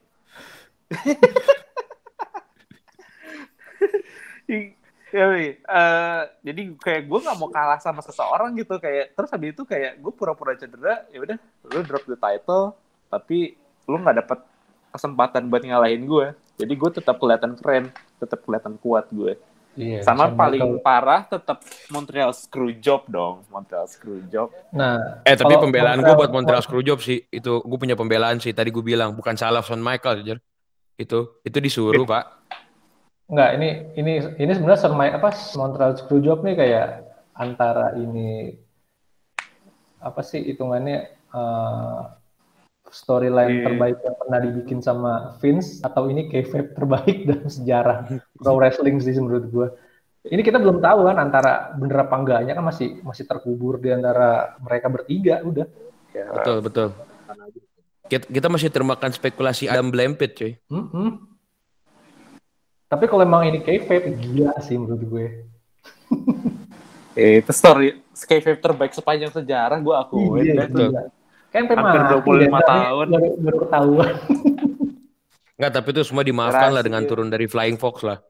C: ya, uh, jadi kayak gue nggak mau kalah sama seseorang gitu kayak terus habis itu kayak gue pura-pura cedera ya udah lu drop the title tapi lu nggak dapet kesempatan buat ngalahin gue jadi gue tetap kelihatan keren tetap kelihatan kuat gue yeah, sama paling Michael. Parah tetap Montreal Screwjob dong Montreal Screwjob
B: nah eh tapi pembelaan gue buat Montreal Screwjob sih itu gue punya pembelaan sih tadi gue bilang bukan salah Shawn Michael aja itu itu disuruh yeah. Pak.
D: Enggak, ini ini ini sebenarnya sermai apa Montreal Screwjob nih kayak antara ini apa sih hitungannya uh, storyline yeah. terbaik yang pernah dibikin sama Vince atau ini kayfabe terbaik dalam sejarah pro wrestling sih menurut gue. Ini kita belum tahu kan antara bener apa enggaknya kan masih masih terkubur di antara mereka bertiga udah.
B: Ya. Betul betul. Kita, kita masih termakan spekulasi Adam Blampit cuy.
D: Mm-hmm. Tapi kalau emang ini kayfabe gila sih menurut gue.
C: eh, itu story kayfabe terbaik sepanjang sejarah gue akuin.
D: Iya, betul. Kan hampir
C: dua puluh lima tahun.
D: Baru, baru ketahuan.
B: Enggak, tapi itu semua dimaafkan Rasi. Lah dengan turun dari Flying Fox lah.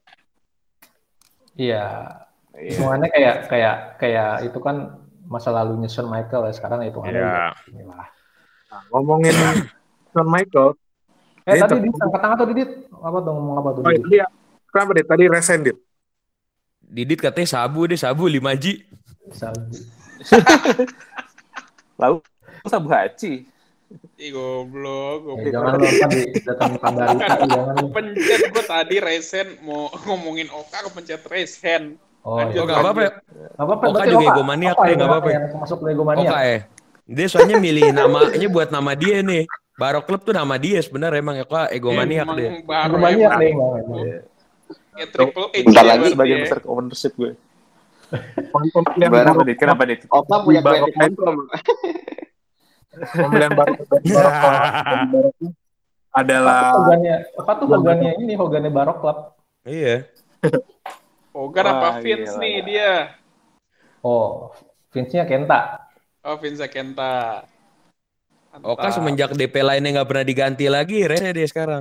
D: Iya. Semuanya kayak kayak kayak itu kan masa lalunya Shawn Michael ya sekarang itu kan.
B: Iya.
A: Nah, ngomongin Shawn Michael.
D: Eh tadi di tengah-tengah tuh Didit apa tuh ngomong apa tuh?
A: Oh, Didit? Dia kenapa deh tadi resended?
B: Didit katanya sabu deh sabu lima G.
D: Sabu.
C: Lalu sabu haci.
F: Ih goblok,
D: goblok. Eh, jangan lupa di datang kabar itu jangan.
F: Pencet gue tadi resen mau ngomongin Oka kepencet resen.
B: Oh, enggak apa-apa.
D: Enggak apa-apa.
B: Oka juga egomaniak nih, enggak apa-apa.
D: Masuk egomaniak.
B: Oka ya. Dia soalnya milih namanya buat nama dia nih. Barok Club tuh nama dia sebenarnya emang Oka egomaniak dia.
D: Egomaniak deh emang.
F: Ya Triple H
C: bentar lagi sebagian besar ownership gue. Kenapa nih? Kenapa nih?
E: Oka punya kredit kontrol.
A: Pembelian baru adalah
D: apa tuh Hogannya ini Hogannya Barok Club.
B: Iya.
F: Hogan apa Vince nih dia?
D: Oh, Vince-nya Kenta.
F: Oh, Vince Kenta.
B: Oka semenjak D P lainnya nggak pernah diganti lagi, rese dia sekarang.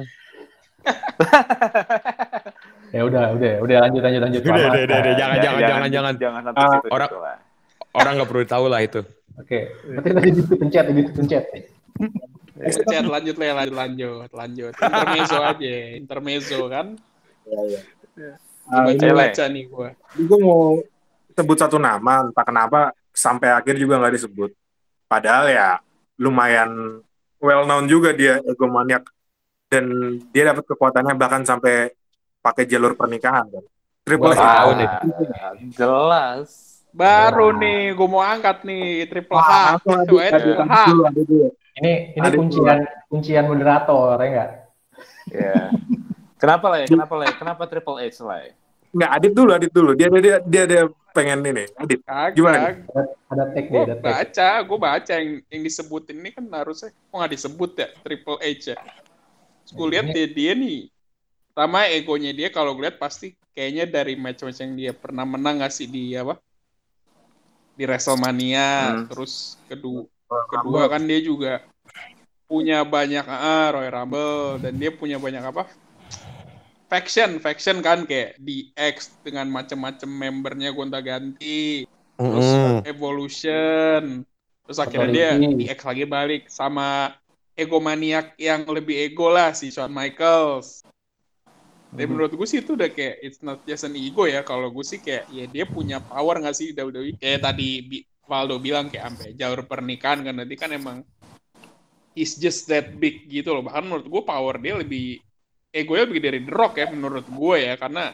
D: Ya udah, udah, udah lanjut lanjut lanjut.
B: Udah, udah, udah, udah, jangan, jangan, jangan, jangan,
C: jangan sampai
B: uh,
C: situ
B: orang, orang nggak perlu tahu lah itu.
D: Oke, berarti tadi itu pencet, itu pencet.
F: Pencet, lanjut lah, lanjut, lanjut, lanjut. Intermezzo aja, intermezzo kan.
A: Iya, iya.
F: Baca-baca nih gue.
A: Gue mau sebut satu nama, entah kenapa sampai akhir juga nggak disebut. Padahal ya lumayan well known juga dia egomaniak dan dia dapat kekuatannya bahkan sampai pakai jalur pernikahan kan. Triple H.
B: Tahu nih.
C: Jelas.
F: Baru nah. nih, gue mau angkat nih Triple H.
A: Wah, adu, adu, adu, adu, adu, adu.
D: Ini ini adu, kuncian adu. kuncian moderator ya enggak?
C: Iya. Kenapa lah ya? Kenapa lah ya? Kenapa Triple H lah ya?
A: Enggak, Adit dulu, Adit dulu. Dia dia dia dia pengen ini. Adit.
F: Kagak.
A: Gimana?
D: Ada, ada tag deh, ada tag.
F: Baca, gue baca yang yang disebutin ini kan harusnya kok nggak disebut ya Triple H ya. Gue lihat dia, dia nih. Pertama egonya dia kalau gue lihat pasti kayaknya dari match-match yang dia pernah menang nggak sih di apa? Di WrestleMania, hmm. terus kedua kedua kan dia juga punya banyak ah Royal Rumble dan dia punya banyak apa? Faction, faction kan kayak D X dengan macam-macam membernya gonta-ganti, terus mm. Evolution, terus akhirnya dia D X lagi balik sama egomaniak yang lebih ego lah si Shawn Michaels. Tapi menurut gue sih itu udah kayak it's not just an ego ya. Kalau gue sih kayak ya dia punya power nggak sih W W E kayak tadi Valdo bilang kayak sampai jalur pernikahan kan nanti kan emang he's just that big gitu loh. Bahkan menurut gue power dia lebih egonya lebih dari The Rock ya menurut gue ya karena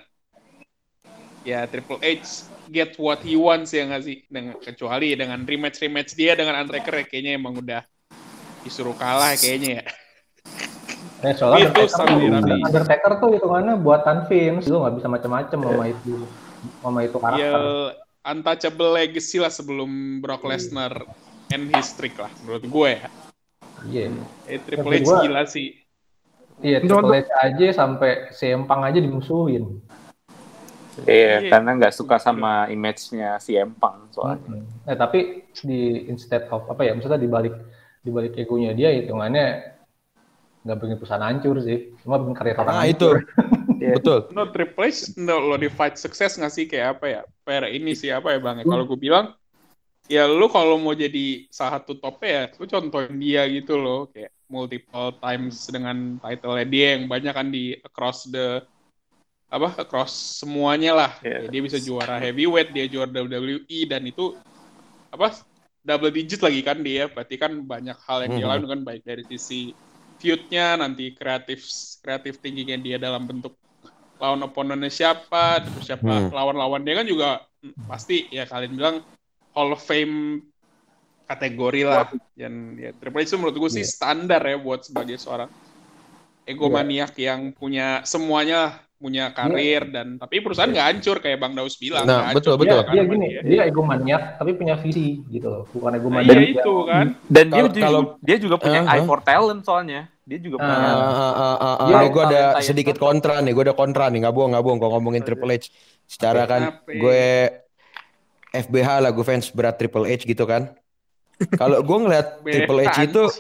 F: ya Triple H get what he wants ya nggak sih dengan kecuali dengan rematch rematch dia dengan Undertaker ya, kayaknya emang udah disuruh kalah kayaknya ya.
D: Eh, soalnya itu Undertaker, Undertaker tuh hitungannya buatan Vince, lu nggak bisa macam-macam sama itu, sama itu karakter.
F: Ya, untouchable legacy lah sebelum Brock Lesnar end his streak lah menurut gue ya.
D: Iya.
F: Eh, Triple H
D: gua,
F: gila sih.
D: Iya, Triple H aja sampai C M Punk aja dimusuhin.
C: Iya, yeah, karena nggak suka sama image-nya si M Punk soalnya.
D: Hmm. Eh tapi di instead of apa ya, maksudnya di balik di balik egonya dia hitungannya nggak bikin perusahaan hancur sih, cuma bikin karir orang
B: nah,
D: hancur.
B: Itu. Yeah. Betul.
F: No Triple H, no, lo di fight sukses nggak sih kayak apa ya? Per ini sih apa ya bang? Kalau gue bilang, ya lu kalau mau jadi salah satu topnya ya, lu contohin dia gitu loh, kayak multiple times dengan title-nya dia yang banyak kan di across the apa across semuanya lah. Yeah. Ya, dia bisa juara heavyweight, dia juara W W E dan itu apa double digit lagi kan dia, berarti kan banyak hal yang dia lakukan kan baik dari sisi feud-nya, nanti kreatif kreatif tingginya dia dalam bentuk lawan oponennya siapa, terus siapa hmm. lawan-lawan dia kan juga pasti ya kalian bilang Hall of Fame kategori lah. Dan ya Triple H itu menurut gue yeah. sih standar ya buat sebagai seorang egomaniak yeah. yang punya semuanya, punya karir yeah. dan tapi perusahaan nggak yeah. hancur kayak Bang Daus bilang.
B: Nah, betul betul.
D: Dia, dia gini, dia. dia egomaniak tapi punya visi gitu loh, bukan egomaniak.
F: Nah, iya itu kan.
C: Dan dia juga, kalau dia juga punya uh, eye for talent soalnya. Dia juga punya.
B: Uh, uh, uh, uh, uh, ya, gue ada sedikit kontra nih, gue ada kontra nih, nggak bohong nggak bohong kalau ngomongin Triple H. Secara kan gue F B H lah, gue fans berat Triple H gitu kan. Kalau gue ngeliat Triple H itu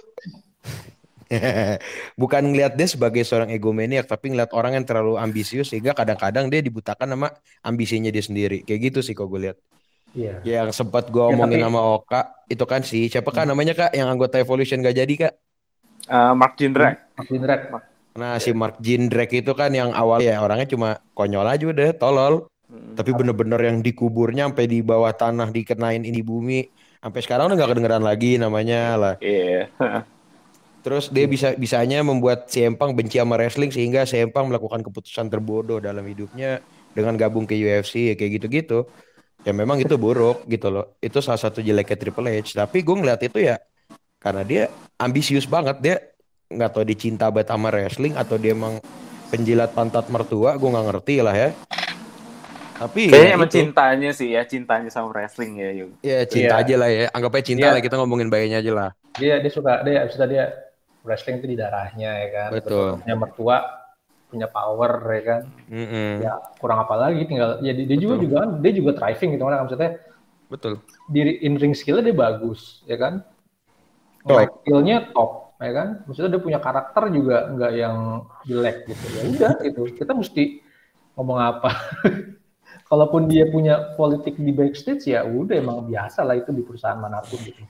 B: bukan ngeliat dia sebagai seorang egomaniak, tapi ngeliat orang yang terlalu ambisius sehingga kadang-kadang dia dibutakan sama ambisinya dia sendiri. Kayak gitu sih kok gue lihat. Iya. Yang sempat gue ya, omongin tapi... sama Oka itu kan sih siapa kan namanya Kak yang anggota Evolution gak jadi Kak?
C: Uh, Mark Jindrak.
D: Mark Jindrak.
B: Nah si Mark Jindrak itu kan yang awalnya ya, orangnya cuma konyol aja udah tolol. Hmm. Tapi bener-bener yang dikuburnya sampai di bawah tanah dikenain ini bumi. Sampai sekarang udah gak kedengeran lagi namanya lah.
C: Iya. Yeah.
B: Terus dia bisa bisanya membuat C M Punk benci sama wrestling sehingga C M Punk melakukan keputusan terbodoh dalam hidupnya dengan gabung ke U F C ya kayak gitu-gitu. Ya memang itu buruk gitu loh. Itu salah satu jeleknya Triple H. Tapi gue ngeliat itu ya karena dia ambisius banget. Dia gak tahu dia cinta banget sama wrestling atau dia emang penjilat pantat mertua. Gue gak ngerti lah ya. Tapi
C: kayaknya ya emang itu. Cintanya sih ya, cintanya sama wrestling ya Yung.
B: Ya cinta yeah. aja lah ya. Anggap aja cinta yeah. lah, kita ngomongin bayanya aja lah.
D: Dia dia suka dia suka dia wrestling itu di darahnya ya kan.
B: Betul.
D: Punya mertua, punya power ya kan.
B: Mm-hmm.
D: Ya kurang apa lagi tinggal ya dia, dia juga juga kan dia juga driving gitu kan maksudnya.
B: Betul.
D: Di in ring skill-nya dia bagus ya kan. Top. Skill-nya top ya kan. Maksudnya dia punya karakter juga enggak yang jelek gitu. Ya udah gitu. Kita mesti ngomong apa? Kalaupun dia punya politik di backstage ya udah emang biasa lah itu di perusahaan manapun gitu.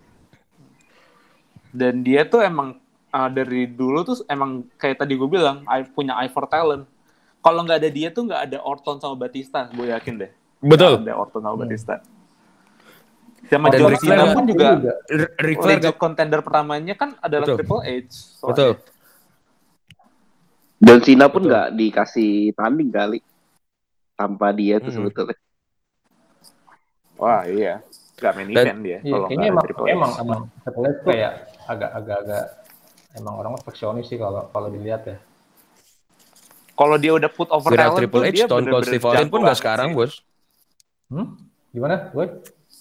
C: Dan dia tuh emang uh, dari dulu tuh emang kayak tadi gue bilang punya eye for talent. Kalau nggak ada dia tuh nggak ada Orton sama Batista, gue yakin deh.
B: Betul.
C: Gak ada Orton sama hmm. Batista. Sama John Cena pun juga. Ric Flair legit contender pertamanya kan adalah Betul. Triple H. Soalnya.
B: Betul.
E: John Cena pun nggak dikasih tanding kali. Tanpa dia tuh hmm. sebetulnya.
C: Wah iya, gak main event dia.
D: Iya, kayaknya emang emang emang Triple H kayak agak-agak emang orang perfeksionis sih kalau kalau dilihat ya.
C: Kalau dia udah put over
B: Without
C: talent
B: Triple
C: tuh
B: H,
C: dia
B: Stone Cold Steve Austin pun nggak sekarang bos.
D: Hmm? Gimana, boy?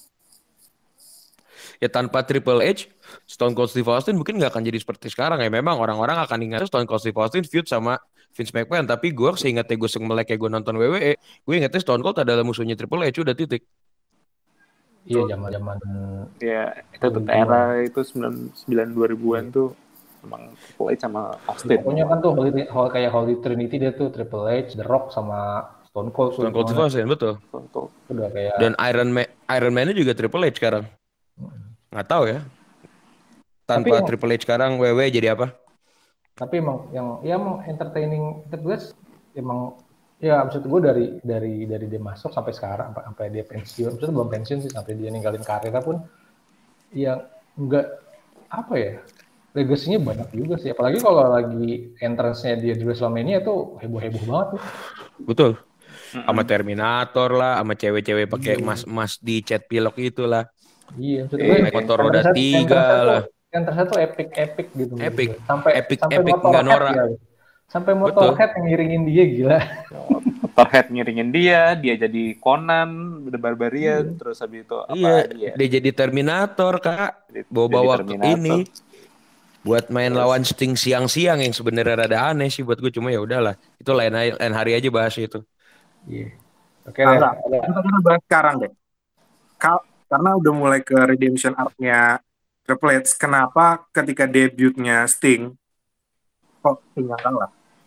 B: Ya tanpa Triple H, Stone Cold Steve Austin mungkin nggak akan jadi seperti sekarang ya. Memang orang-orang akan ingat Stone Cold Steve Austin feud sama Vince McMahon, tapi gue seingatnya gue semelek kayak gue nonton W W E, gue ingatnya Stone Cold adalah musuhnya Triple H, udah titik.
D: Iya, zaman-zaman
C: ya itu tuh era itu sembilan dua ribuan tuh emang Triple H sama Austin.
D: Pokoknya kan tuh Holy, kayak Holy Trinity dia tuh Triple H, The Rock sama Stone Cold.
B: Stone Cold Steve Austin, betul.
C: Stone Cold.
D: Udah kayak
B: dan Iron Man Iron Man-nya juga Triple H sekarang. Nggak tahu ya. Tanpa tapi Triple H sekarang W W E jadi apa?
D: Tapi emang yang ya emang entertaining terus emang ya maksud gue dari dari dari dia masuk sampai sekarang sampai, sampai dia pensiun, maksudnya belum pensiun sih sampai dia ninggalin karirnya pun ya enggak apa ya legasinya banyak juga sih, apalagi kalau lagi entrance-nya dia di WrestleMania tuh heboh-heboh banget tuh.
B: Betul. Sama Terminator lah, sama cewek-cewek pakai emas-emas di cat pilok itulah.
D: Iya, maksud gue
B: naik motor roda tiga lah.
D: Yang ternyata tuh epic epic gitu.
B: Epic.
D: Sampai
B: epic,
D: sampai
B: epic nggak norak.
D: Ya. Sampai Motorhead yang ngiringin dia, gila.
C: Motorhead ngiringin dia, dia jadi Conan, The Barbarian,
D: Iya.
C: terus habis itu apa
B: Iya,
C: dia?
B: dia jadi Terminator, Kak.
C: Jadi-
B: Bawa-bawa
C: jadi
B: ke
C: Terminator.
B: ini buat main
C: Yes.
B: lawan Sting siang-siang yang sebenarnya rada aneh sih buat gue, cuma ya udahlah. Itu lain lain hari aja bahas itu.
D: Iya. Oke
A: Nah,
D: deh.
A: enggak.
D: Ada.
A: Kita kita bahas sekarang deh. Kal- karena udah mulai ke redemption arc-nya Triple H, kenapa ketika debutnya Sting kok Sting yang kalah?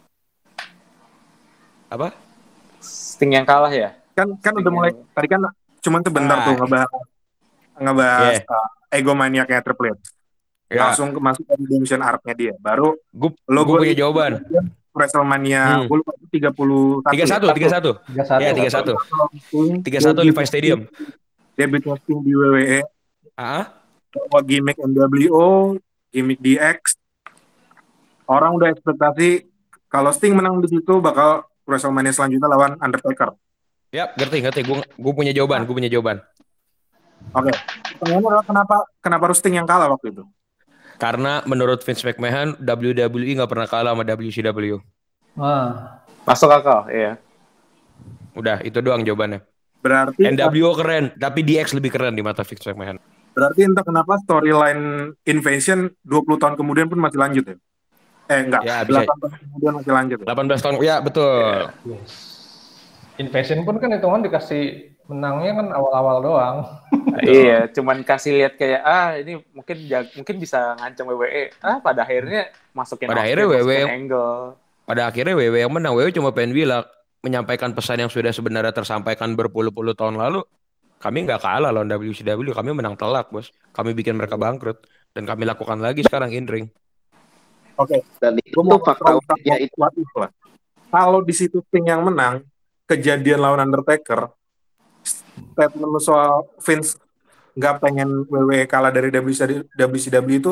B: Apa?
C: Sting yang kalah ya?
A: Kan kan
C: Sting
A: udah mulai
C: yang-
A: tadi kan cuman sebentar
B: Ah.
A: tuh ngebahas ngebahas
B: Yeah.
A: uh, egomaniaknya Triple H.
B: Ya,
A: Langsung ke masuk ke redemption arc-nya dia. Baru
B: gue
A: logo
B: punya jawaban.
A: WrestleMania
B: Hmm.
A: gue lupa itu tiga puluh satu.
B: tiga satu, tiga satu.
D: tiga satu.
B: Ya, tiga satu. tiga satu
A: Debut-
B: Levi Stadium.
A: Debutnya Sting di W W E,
B: Ah,
A: bawa gimmick N W O, gimmick D X. Orang udah ekspektasi kalau Sting menang di situ bakal WrestleMania selanjutnya lawan Undertaker.
B: ya, ngerti, ngerti. Gue gue punya jawaban, gue punya jawaban.
A: Oke. Pertanyaannya adalah kenapa kenapa harus Sting yang kalah waktu itu?
B: Karena menurut Vince McMahon, W W E nggak pernah kalah sama W C W.
D: Wah.
C: Masuk akal, iya.
B: Udah, itu doang jawabannya.
A: Berarti
B: N W O keren, tapi D X lebih keren di mata Vince McMahon.
A: berarti entah kenapa storyline Invasion dua puluh tahun kemudian pun masih lanjut ya? Eh enggak,
B: Ya, bisa.
A: delapan tahun kemudian masih lanjut ya?
B: delapan belas tahun, ya betul.
D: Yes. Invasion pun kan hitungan dikasih menangnya kan awal-awal doang.
C: Iya, cuman kasih lihat kayak ah ini mungkin jag- mungkin bisa ngancam W W E. Ah pada akhirnya masukin
B: Pada
C: Austin,
B: akhirnya W W E
C: masukin Angle.
B: Pada akhirnya W W E yang menang. W W E cuma pengen bilang, menyampaikan pesan yang sudah sebenarnya tersampaikan berpuluh-puluh tahun lalu. Kami nggak kalah lawan W C W, kami menang telak, bos. Kami bikin mereka bangkrut. Dan kami lakukan lagi sekarang in ring.
A: Oke.
E: Dan itu
A: Gue mau
E: fakta
A: throw
E: uniknya
A: what-
E: itu.
A: what if lah. Kalau di situ Sting yang menang, kejadian lawan Undertaker, statement soal Vince nggak pengen W W E kalah dari W C W itu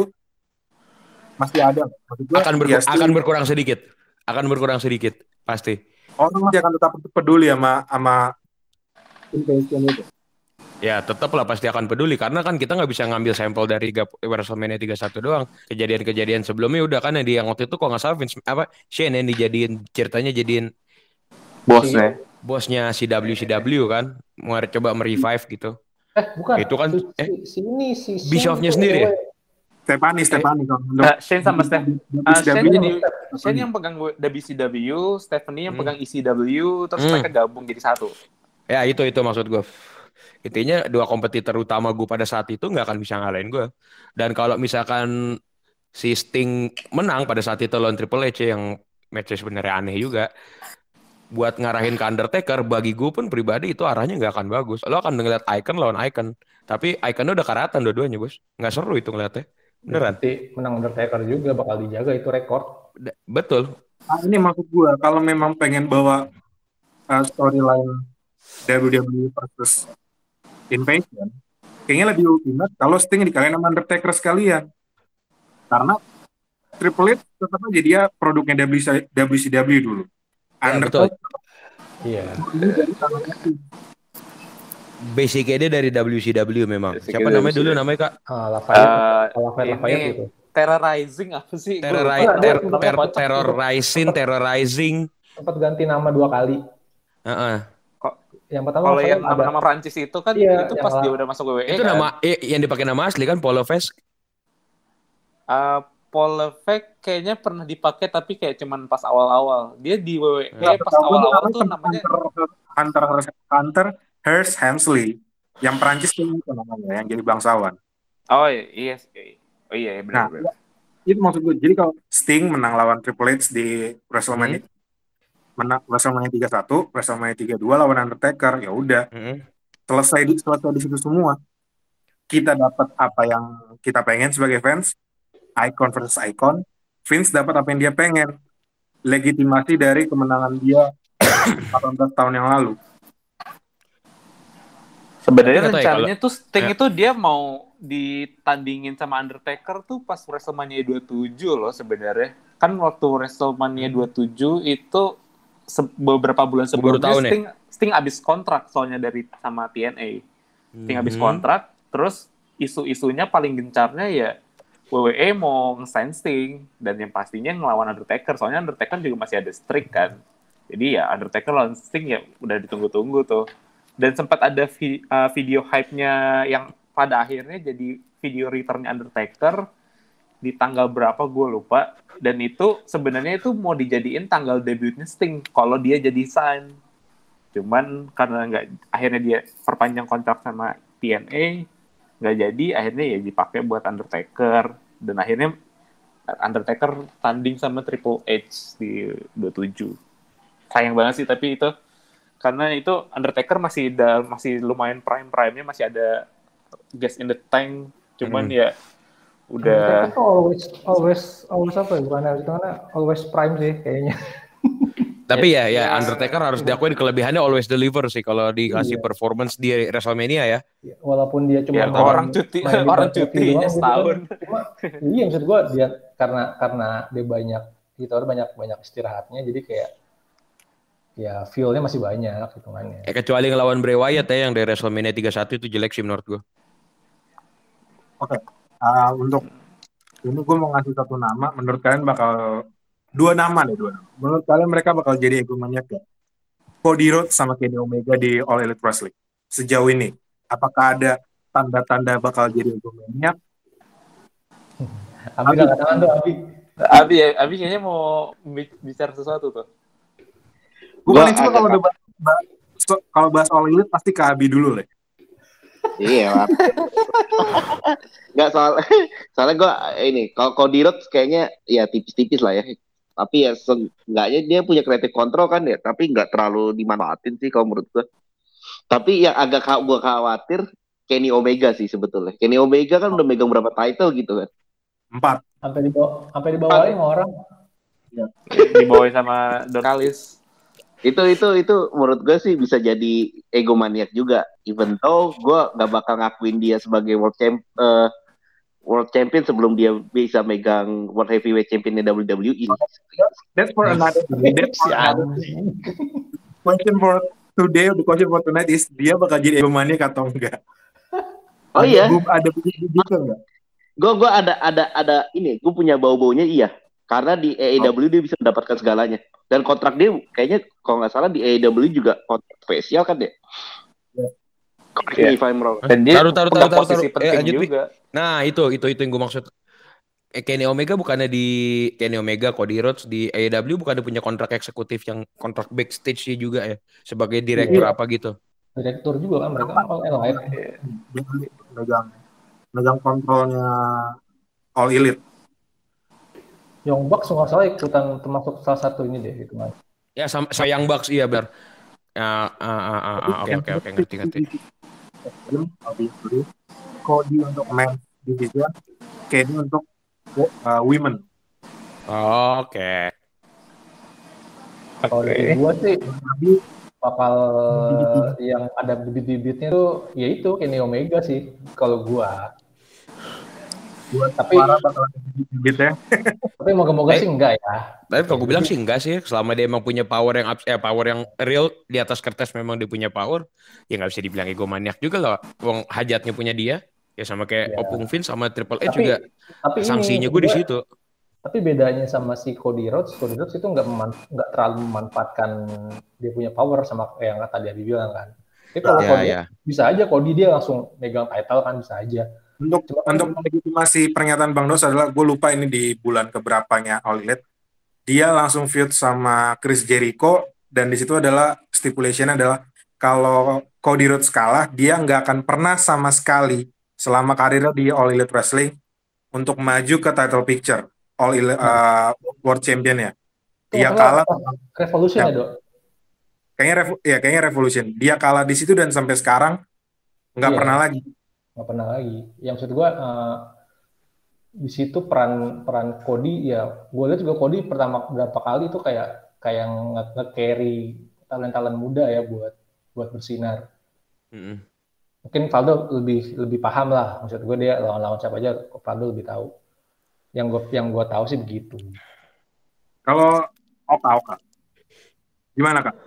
A: masih ada. Maksud gua,
B: Akan, ber-
A: ya, Sting-
B: akan berkurang sedikit. Akan berkurang sedikit, pasti.
A: orang masih akan tetap peduli sama sama Invasion itu.
B: Ya, tetap lah pasti akan peduli. Karena kan kita nggak bisa ngambil sampel dari tiga- WrestleMania tiga puluh satu doang. Kejadian-kejadian sebelumnya udah kan yang di yang waktu itu kok nggak salah Vince, apa, Shane yang dijadiin, ceritanya jadiin
C: Bosnya.
B: bosnya si W C W kan. Mau coba merevive gitu.
D: Eh, bukan.
B: Itu kan,
D: si,
B: eh,
D: si, si ini si si
B: Bischoff-nya
D: itu,
B: sendiri ya?
D: eh,
A: Stefani, Stefani.
C: Nah, Shane sama Steph. Ah, Shane
A: W C W.
C: jadi Shane yang pegang W C W, Stephanie yang
B: Hmm.
C: pegang E C W, terus
B: Hmm.
C: mereka gabung jadi satu.
B: Ya itu itu maksud gue. Intinya dua kompetitor utama gue pada saat itu nggak akan bisa ngalahin gue. Dan kalau misalkan si Sting menang pada saat itu lawan Triple H yang match sebenarnya aneh juga, buat ngarahin ke Undertaker, bagi gue pun pribadi itu arahnya nggak akan bagus. Lo akan ngeliat Icon lawan Icon, tapi Iconnya udah karatan dua-duanya, bos. Nggak seru itu ngeliatnya. Beneran.
D: Nanti menang Undertaker juga bakal dijaga itu rekor.
B: D- Betul.
A: Nah, ini maksud gue, kalau memang pengen bawa uh, storyline W W E versus Invasion, kayaknya lebih ultimate kalau Sting dikalahin sama Undertaker sekalian. Karena Triple H tetap aja dia produknya W C W dulu.
B: Ya,
A: Undertaker
D: Iya.
A: ini dari tangannya Sting.
B: Basicnya dia dari W C W memang.
C: Basicnya
B: Siapa
C: dari
B: namanya
C: W C W.
B: dulu namanya Kak?
D: Ah, Lafayette,
C: Eh,
D: Lafayette, Lafayette
C: ini
D: gitu.
C: Terrorizing apa sih? Gua
B: Terrori-
C: lupa.
B: ter-
C: Namanya
B: ter-
C: kocak.
B: terrorizing, terrorizing.
D: Sempat ganti nama dua kali.
B: Heeh.
C: Kok-
D: Yang pertama
C: Kalau
D: Lafayette
C: yang
D: ada.
C: nama-nama Prancis itu kan
D: Iya,
C: itu
D: yang
C: pas
D: la-
C: dia udah masuk W W E
B: Itu
C: kan.
B: nama eh, yang dipakai nama asli kan Paul Levesque.
C: Uh, Paul Levesque kayaknya pernah dipakai tapi kayak cuman pas awal-awal. Dia di W W E
A: Nggak,
C: pas
A: tahu
C: awal-awal
A: namanya
C: tuh
A: kan
C: namanya
A: Hunter Hunter Hunter Hearst Helmsley, yang Prancis itu namanya, yang jadi bangsawan.
C: oh iya iya oh iya
A: Nah,
C: benar-benar.
A: itu maksud gue. Jadi kalau Sting menang lawan Triple H di WrestleMania, menang WrestleMania tiga puluh satu, WrestleMania tiga puluh dua lawan Undertaker, ya udah
B: Heeh.
A: selesai di selesai di situ semua. Kita dapat apa yang kita pengen sebagai fans, icon versus icon. Vince dapat apa yang dia pengen, legitimasi dari kemenangan dia delapan belas tahun yang lalu.
C: Sebenarnya
B: Tapi nggak tahu ya,
C: rencananya tuh Sting
B: Ya.
C: itu dia mau ditandingin sama Undertaker tuh pas WrestleMania dua puluh tujuh loh sebenarnya. Kan waktu WrestleMania dua puluh tujuh itu se- beberapa bulan
B: Gua baru
C: sebelumnya
B: tahu nih.
C: Sting Sting abis kontrak soalnya dari sama T N A. Sting abis
B: Mhm.
C: kontrak, terus isu-isunya paling gencarnya ya W W E mau nge-sign Sting dan yang pastinya ngelawan Undertaker, soalnya Undertaker juga masih ada streak kan. Jadi ya Undertaker lawan Sting ya udah ditunggu-tunggu tuh. Dan sempat ada vi- uh, video hype-nya yang pada akhirnya jadi video return Undertaker di tanggal berapa gue lupa. Dan itu sebenarnya itu mau dijadiin tanggal debutnya Sting kalau dia jadi sign. Cuman karena nggak akhirnya dia perpanjang kontrak sama T N A, nggak jadi, akhirnya ya dipakai buat Undertaker. Dan akhirnya Undertaker tanding sama Triple H di dua puluh tujuh. Sayang banget sih, tapi itu karena itu Undertaker masih da, masih lumayan prime prime-nya, masih ada gas in the tank, cuman hmm. ya udah
D: Undertaker tuh always always always apa ya, bukan itu karena always prime sih kayaknya.
B: Tapi ya ya Undertaker harus diakui kelebihannya always deliver sih kalau dikasih iya. performance di WrestleMania ya.
D: Walaupun dia cuma
C: ya, orang cuti orang cutinya setahun.
D: Gitu, cuma iya maksud gua dia karena karena dia banyak gitu banyak banyak istirahatnya jadi kayak ya feel-nya masih banyak hitungannya.
B: Ya, kecuali ngelawan Bray Wyatt ya yang dari WrestleMania tiga puluh satu itu jelek sih menurut gua.
A: Oke. Okay. Uh, untuk ini gue mau ngasih satu nama, menurut kalian bakal dua nama deh dua nama. Menurut kalian mereka bakal jadi egomaniac ya? Cody Rhodes sama Kenny Omega di All Elite Wrestling. Sejauh ini, apakah ada tanda-tanda bakal jadi egomaniac?
D: Abi nggak tangan tuh Abi.
C: Abi ya, Abi kayaknya mau bicara sesuatu tuh.
A: Gue paling cuma kalau udah bahas, kalau bahas All Elite pasti ke Abi dulu lah.
E: Iya, nggak soal soalnya gue ini kalau Cody Rhodes kayaknya ya tipis-tipis lah ya, tapi ya seenggaknya dia punya kreatif kontrol kan ya, tapi nggak terlalu dimanfaatin sih kalau menurut gue. Tapi yang agak gue khawatir Kenny Omega sih sebetulnya. Kenny Omega kan udah megang berapa title gitu kan?
A: Empat.
D: Sampai dibawa sampai dibawain sama orang.
C: Ya. Dibawain sama Don Callis.
E: itu itu itu menurut gue sih bisa jadi egomaniac juga, even though gue nggak bakal ngakuin dia sebagai world champ uh, world champion sebelum dia bisa megang world heavyweight champion di W W E.
A: That's for another that's for another question for today. The question for tonight is dia bakal jadi egomaniac atau enggak?
E: Oh ada, iya.
A: Ada begitu enggak?
E: Gue gue ada ada ada ini, gue punya bau-baunya iya. Karena di A E W oh. dia bisa mendapatkan segalanya. Dan kontrak dia kayaknya kalau nggak salah di A E W juga kontrak spesial kan ya?
B: Yeah. If I'm wrong. Dan dia taruh, taruh, taruh, taruh, posisi taruh. penting eh, juga. Nah itu itu itu yang gue maksud. Kenny Omega bukannya di Kenny Omega, Cody Rhodes di A E W bukannya punya kontrak eksekutif yang kontrak backstage juga ya sebagai direktur yeah. apa gitu?
D: Direktur juga kan mereka kan All Elite.
A: Megang megang kontrolnya All Elite.
D: Young Bucks nggak salah ikutan termasuk salah satu ini deh gitu kan.
B: Ya sama Young Bucks iya benar. Ya oke oke oke ngerti ngerti.
A: Cody untuk men division, Kenny untuk uh, women.
B: Oh, oke. Okay.
D: Kalau dari gua sih bakal yang ada bibit-bibitnya tuh ya itu Kenny Omega sih kalau gua.
A: Buat
D: tapi
A: bakal bibit ya.
D: Tapi moga-moga sih enggak ya.
B: Tapi kalau gue bilang sih enggak sih, selama dia emang punya power yang eh power yang real di atas kertas memang dia punya power, ya nggak bisa dibilang egomaniac juga loh. Wong hajatnya punya dia, ya sama kayak ya. Opung Vince sama Triple H tapi, juga. Tapi sanksinya gue di situ.
D: Tapi bedanya sama si Cody Rhodes, Cody Rhodes itu nggak meman- nggak terlalu memanfaatkan dia punya power sama yang tadi dia bilang kan. Tapi kalau ya, Cody ya. bisa aja Cody dia langsung megang title kan bisa aja.
A: Untuk Cuma untuk melegitimasi pernyataan Bang Dos adalah gue lupa ini di bulan keberapanya All Elite. Dia langsung feud sama Chris Jericho dan di situ adalah stipulation adalah kalau Cody Rhodes kalah dia nggak akan pernah sama sekali selama karirnya di All Elite Wrestling untuk maju ke title picture All Elite uh, World Champion ya. Dia oh, kalah
D: Revolution ya, ya Dok.
A: Kayaknya revo, ya kayaknya Revolution. Dia kalah di situ dan sampai sekarang nggak iya. pernah lagi.
D: Nggak pernah lagi. Yang maksud gue uh, di situ peran peran Cody ya, gue lihat juga Cody pertama berapa kali itu kayak kayak nge-carry talent-talent muda ya buat buat bersinar. Mm-hmm. Mungkin Valdo lebih lebih paham lah, maksud gue dia lawan-lawan siapa aja Valdo lebih tahu. Yang gue yang gue tahu sih begitu.
A: Kalau Oka Oka, gimana Kak?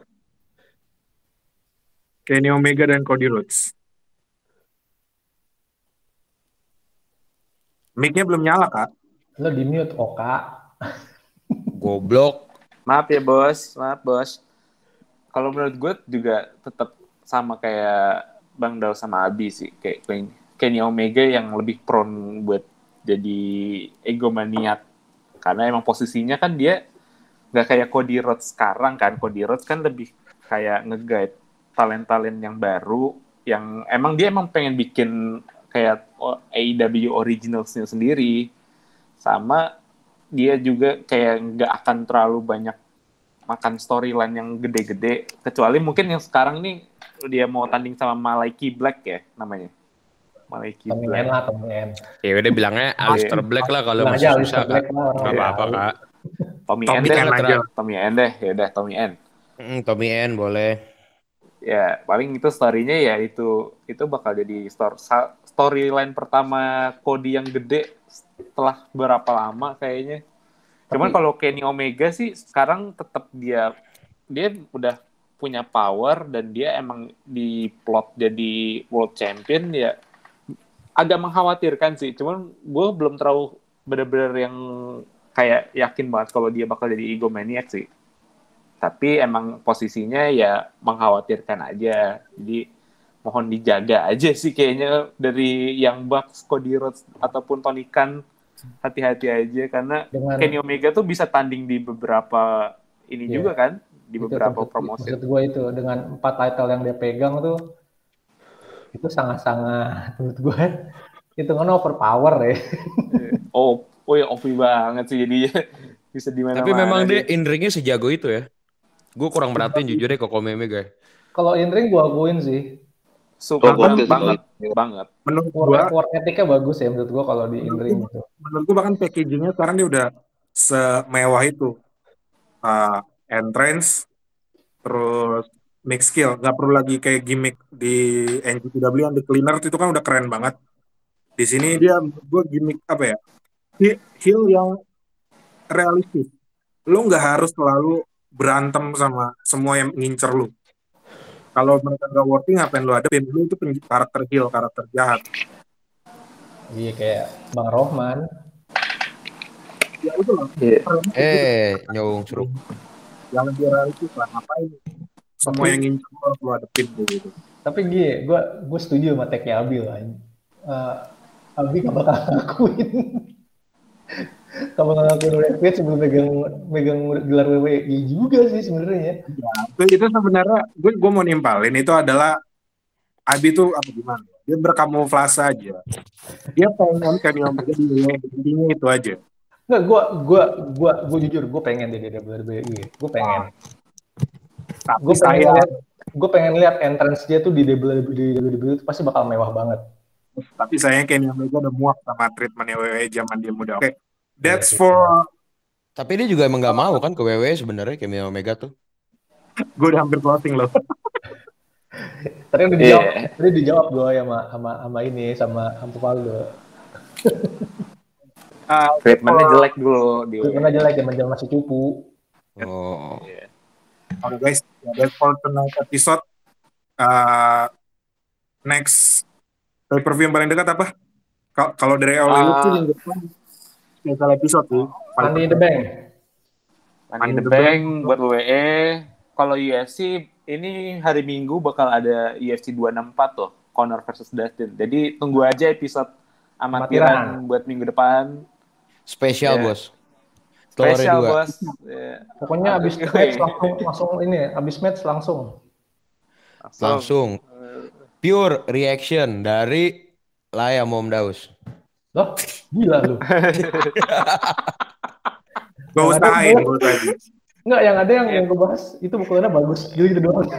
A: Kenny Omega dan Cody Rhodes. Mic-nya belum nyala, Kak.
D: Lo di mute, Oka.
B: Goblok.
C: Maaf ya bos, maaf bos. Kalau menurut gue juga tetap sama kayak Bang Dal sama Abi sih. Kayak Kenny Omega yang lebih prone buat jadi egomaniak. Karena emang posisinya kan dia nggak kayak Cody Rhodes sekarang kan. Cody Rhodes kan lebih kayak nge-guide talent-talent yang baru. Yang emang dia emang pengen bikin kayak A E W Originals-nya sendiri. Sama dia juga kayak nggak akan terlalu banyak makan storyline yang gede-gede, kecuali mungkin yang sekarang nih dia mau tanding sama Malachi Black ya namanya. Malachi
D: Tommy
C: Black.
D: N lah, Tommy N.
B: Ya udah bilangnya Aleister Black lah kalau masih susah Kak. Enggak apa-apa Kak.
C: Tommy,
A: Tommy
C: N deh,
A: N aja.
C: Tommy N deh, ya udah Tommy N.
B: Hmm, Tommy N boleh.
C: Ya, paling itu story-nya ya itu itu bakal jadi story storyline pertama Cody yang gede setelah berapa lama kayaknya. Cuman kalau Kenny Omega sih sekarang tetap dia dia udah punya power dan dia emang di plot jadi world champion ya agak mengkhawatirkan sih. Cuman gue belum terlalu benar-benar yang kayak yakin banget kalau dia bakal jadi egomaniac sih. Tapi emang posisinya ya mengkhawatirkan aja. Jadi mohon dijaga aja sih kayaknya dari Young Bucks, Cody Rhodes ataupun Tony Khan. Hati-hati aja karena dengan, Kenny Omega tuh bisa tanding di beberapa ini yeah, juga kan di beberapa
D: itu,
C: promosi.
D: Maksud gue itu dengan empat title yang dia pegang tuh itu sangat-sangat menurut gue itu kan overpower ya.
C: Oh, oh ya O P banget sih jadinya bisa di mana-mana.
B: Tapi memang dia in ringnya sejago itu ya. Gue kurang merhatiin jujur deh kok Omega.
D: Kalau in ring gue akuin sih.
C: Super banget, banget, banget.
A: Menurut gua,
D: work etiknya bagus ya menurut gua kalau di in-ring gitu.
A: Menurut gua bahkan packagingnya sekarang dia udah semewah itu. Uh, entrance, terus mix skill. Gak perlu lagi kayak gimmick di N J P W yang The Cleaner itu kan udah keren banget. Di sini dia menurut gua gimmick apa ya? Heel yang realistis. Lu gak harus selalu berantem sama semua yang ngincer lu. Kalau mereka nggak working, ngapain lu ada? Lu itu karakter heel, karakter jahat.
D: Iya kayak Bang Rohman.
A: Ya itu lah.
B: Yeah. Eh, nyong seruk.
A: Jangan dia realistis lah, ngapain? Semua tapi, yang ingin harus lu hadapin gitu.
D: Tapi gue, gue, gue setuju sama tag-nya Abi lah. Uh, Abi nggak bakal ngakuin. Kalau ngakuin Red Page sebelum megang megang gelar W W E juga sih sebenarnya.
A: Ya, itu sebenarnya gue gue mau nimpalin itu adalah Abi tuh apa gimana? Dia berkamuflase aja. Dia pengen Kenny Omega di intinya itu aja.
D: Enggak, gue gue gue gue jujur gue pengen di W W E. Gue pengen.
A: Tapi
D: gue pengen
A: saya
D: lihat gue pengen lihat entrance dia tuh di W W E itu pasti bakal mewah banget.
A: Tapi sayangnya Kenny Omega udah muak sama treatmentnya W W E zaman dia muda. Oke. Okay. That's for.
B: Tapi dia juga emang gak mau kan ke W W E sebenarnya Kenny Omega tuh.
A: Gue udah hampir closing loh.
D: Tadi udah dijawab, yeah. Tadi dijawab gue sama sama sama ini sama Ampu Valdo.
C: uh, Treatmentnya jelek dulu.
D: Treatmentnya jelek zaman masih cupu.
B: Oh.
A: Yeah. Oke okay, guys, that's for tonight episode. Uh, next pay per view yang paling dekat apa? Kalau dari All Elite sih minggu depan special episode tuh.
D: Money in the Bank.
C: Money in the Bank buat W W E. Kalau U F C ini hari Minggu bakal ada U F C dua enam empat tuh, Conor versus Dustin. Jadi tunggu aja episode amatiran buat minggu depan.
B: Spesial, yeah. Bos.
C: Spesial, Bos.
D: Yeah. Pokoknya abis match langsung langsung ini, abis match langsung.
B: Langsung. Langsung. Pure reaction dari Laya Mom Daus.
D: Loh, gila lu.
A: Gue usahain, gue usahain.
D: Enggak, yang ada yang, yang gue bahas, itu pukulannya bagus. Gitu doang.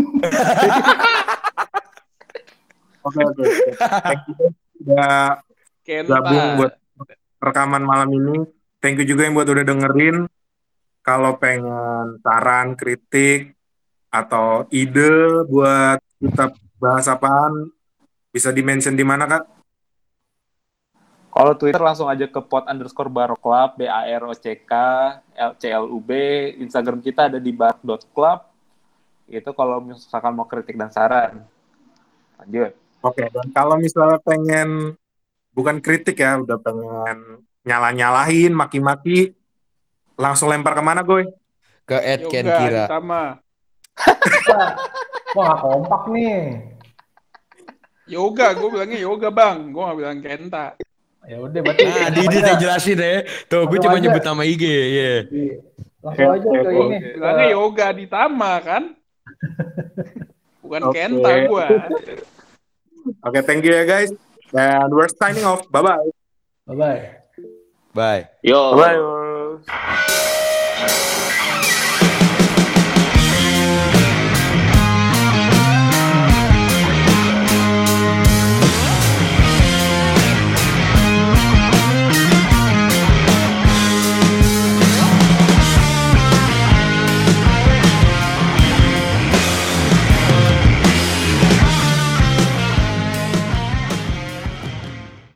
A: Oke, oke. Thank you udah gabung buat rekaman malam ini. Thank you juga yang buat udah dengerin. Kalau pengen saran, kritik, atau ide buat kita bahas apaan, bisa di-mention di mana, Kak?
C: Kalau Twitter langsung aja ke pot underscore baroclub, B A R O C K, L C L U B. Instagram kita ada di bar dot club. Itu kalau misalkan mau kritik dan saran. Lanjut.
A: Oke, dan kalau misalnya pengen bukan kritik ya, udah pengen nyala-nyalahin, maki-maki, langsung lempar kemana gue?
B: Ke Ed Ken
F: Yoga
B: Kira.
F: Ditama.
D: Wah, nggak kompak nih.
F: Yoga, gue bilangnya yoga bang, gue gak bilang Kenta.
D: Ya udah berarti.
B: Nah, Didi yang jelasin ya. Tuh, gue
D: Langsung
B: cuma
D: aja.
B: nyebut nama I G, ya.
D: Langsung aja ke ini.
F: Bilangnya yoga Ditama kan? Bukan
A: Oke.
F: Kenta gue.
A: Oke, thank you ya guys. And we're signing off. Bye-bye.
D: Bye bye.
B: Bye.
E: Yo.
C: Bye.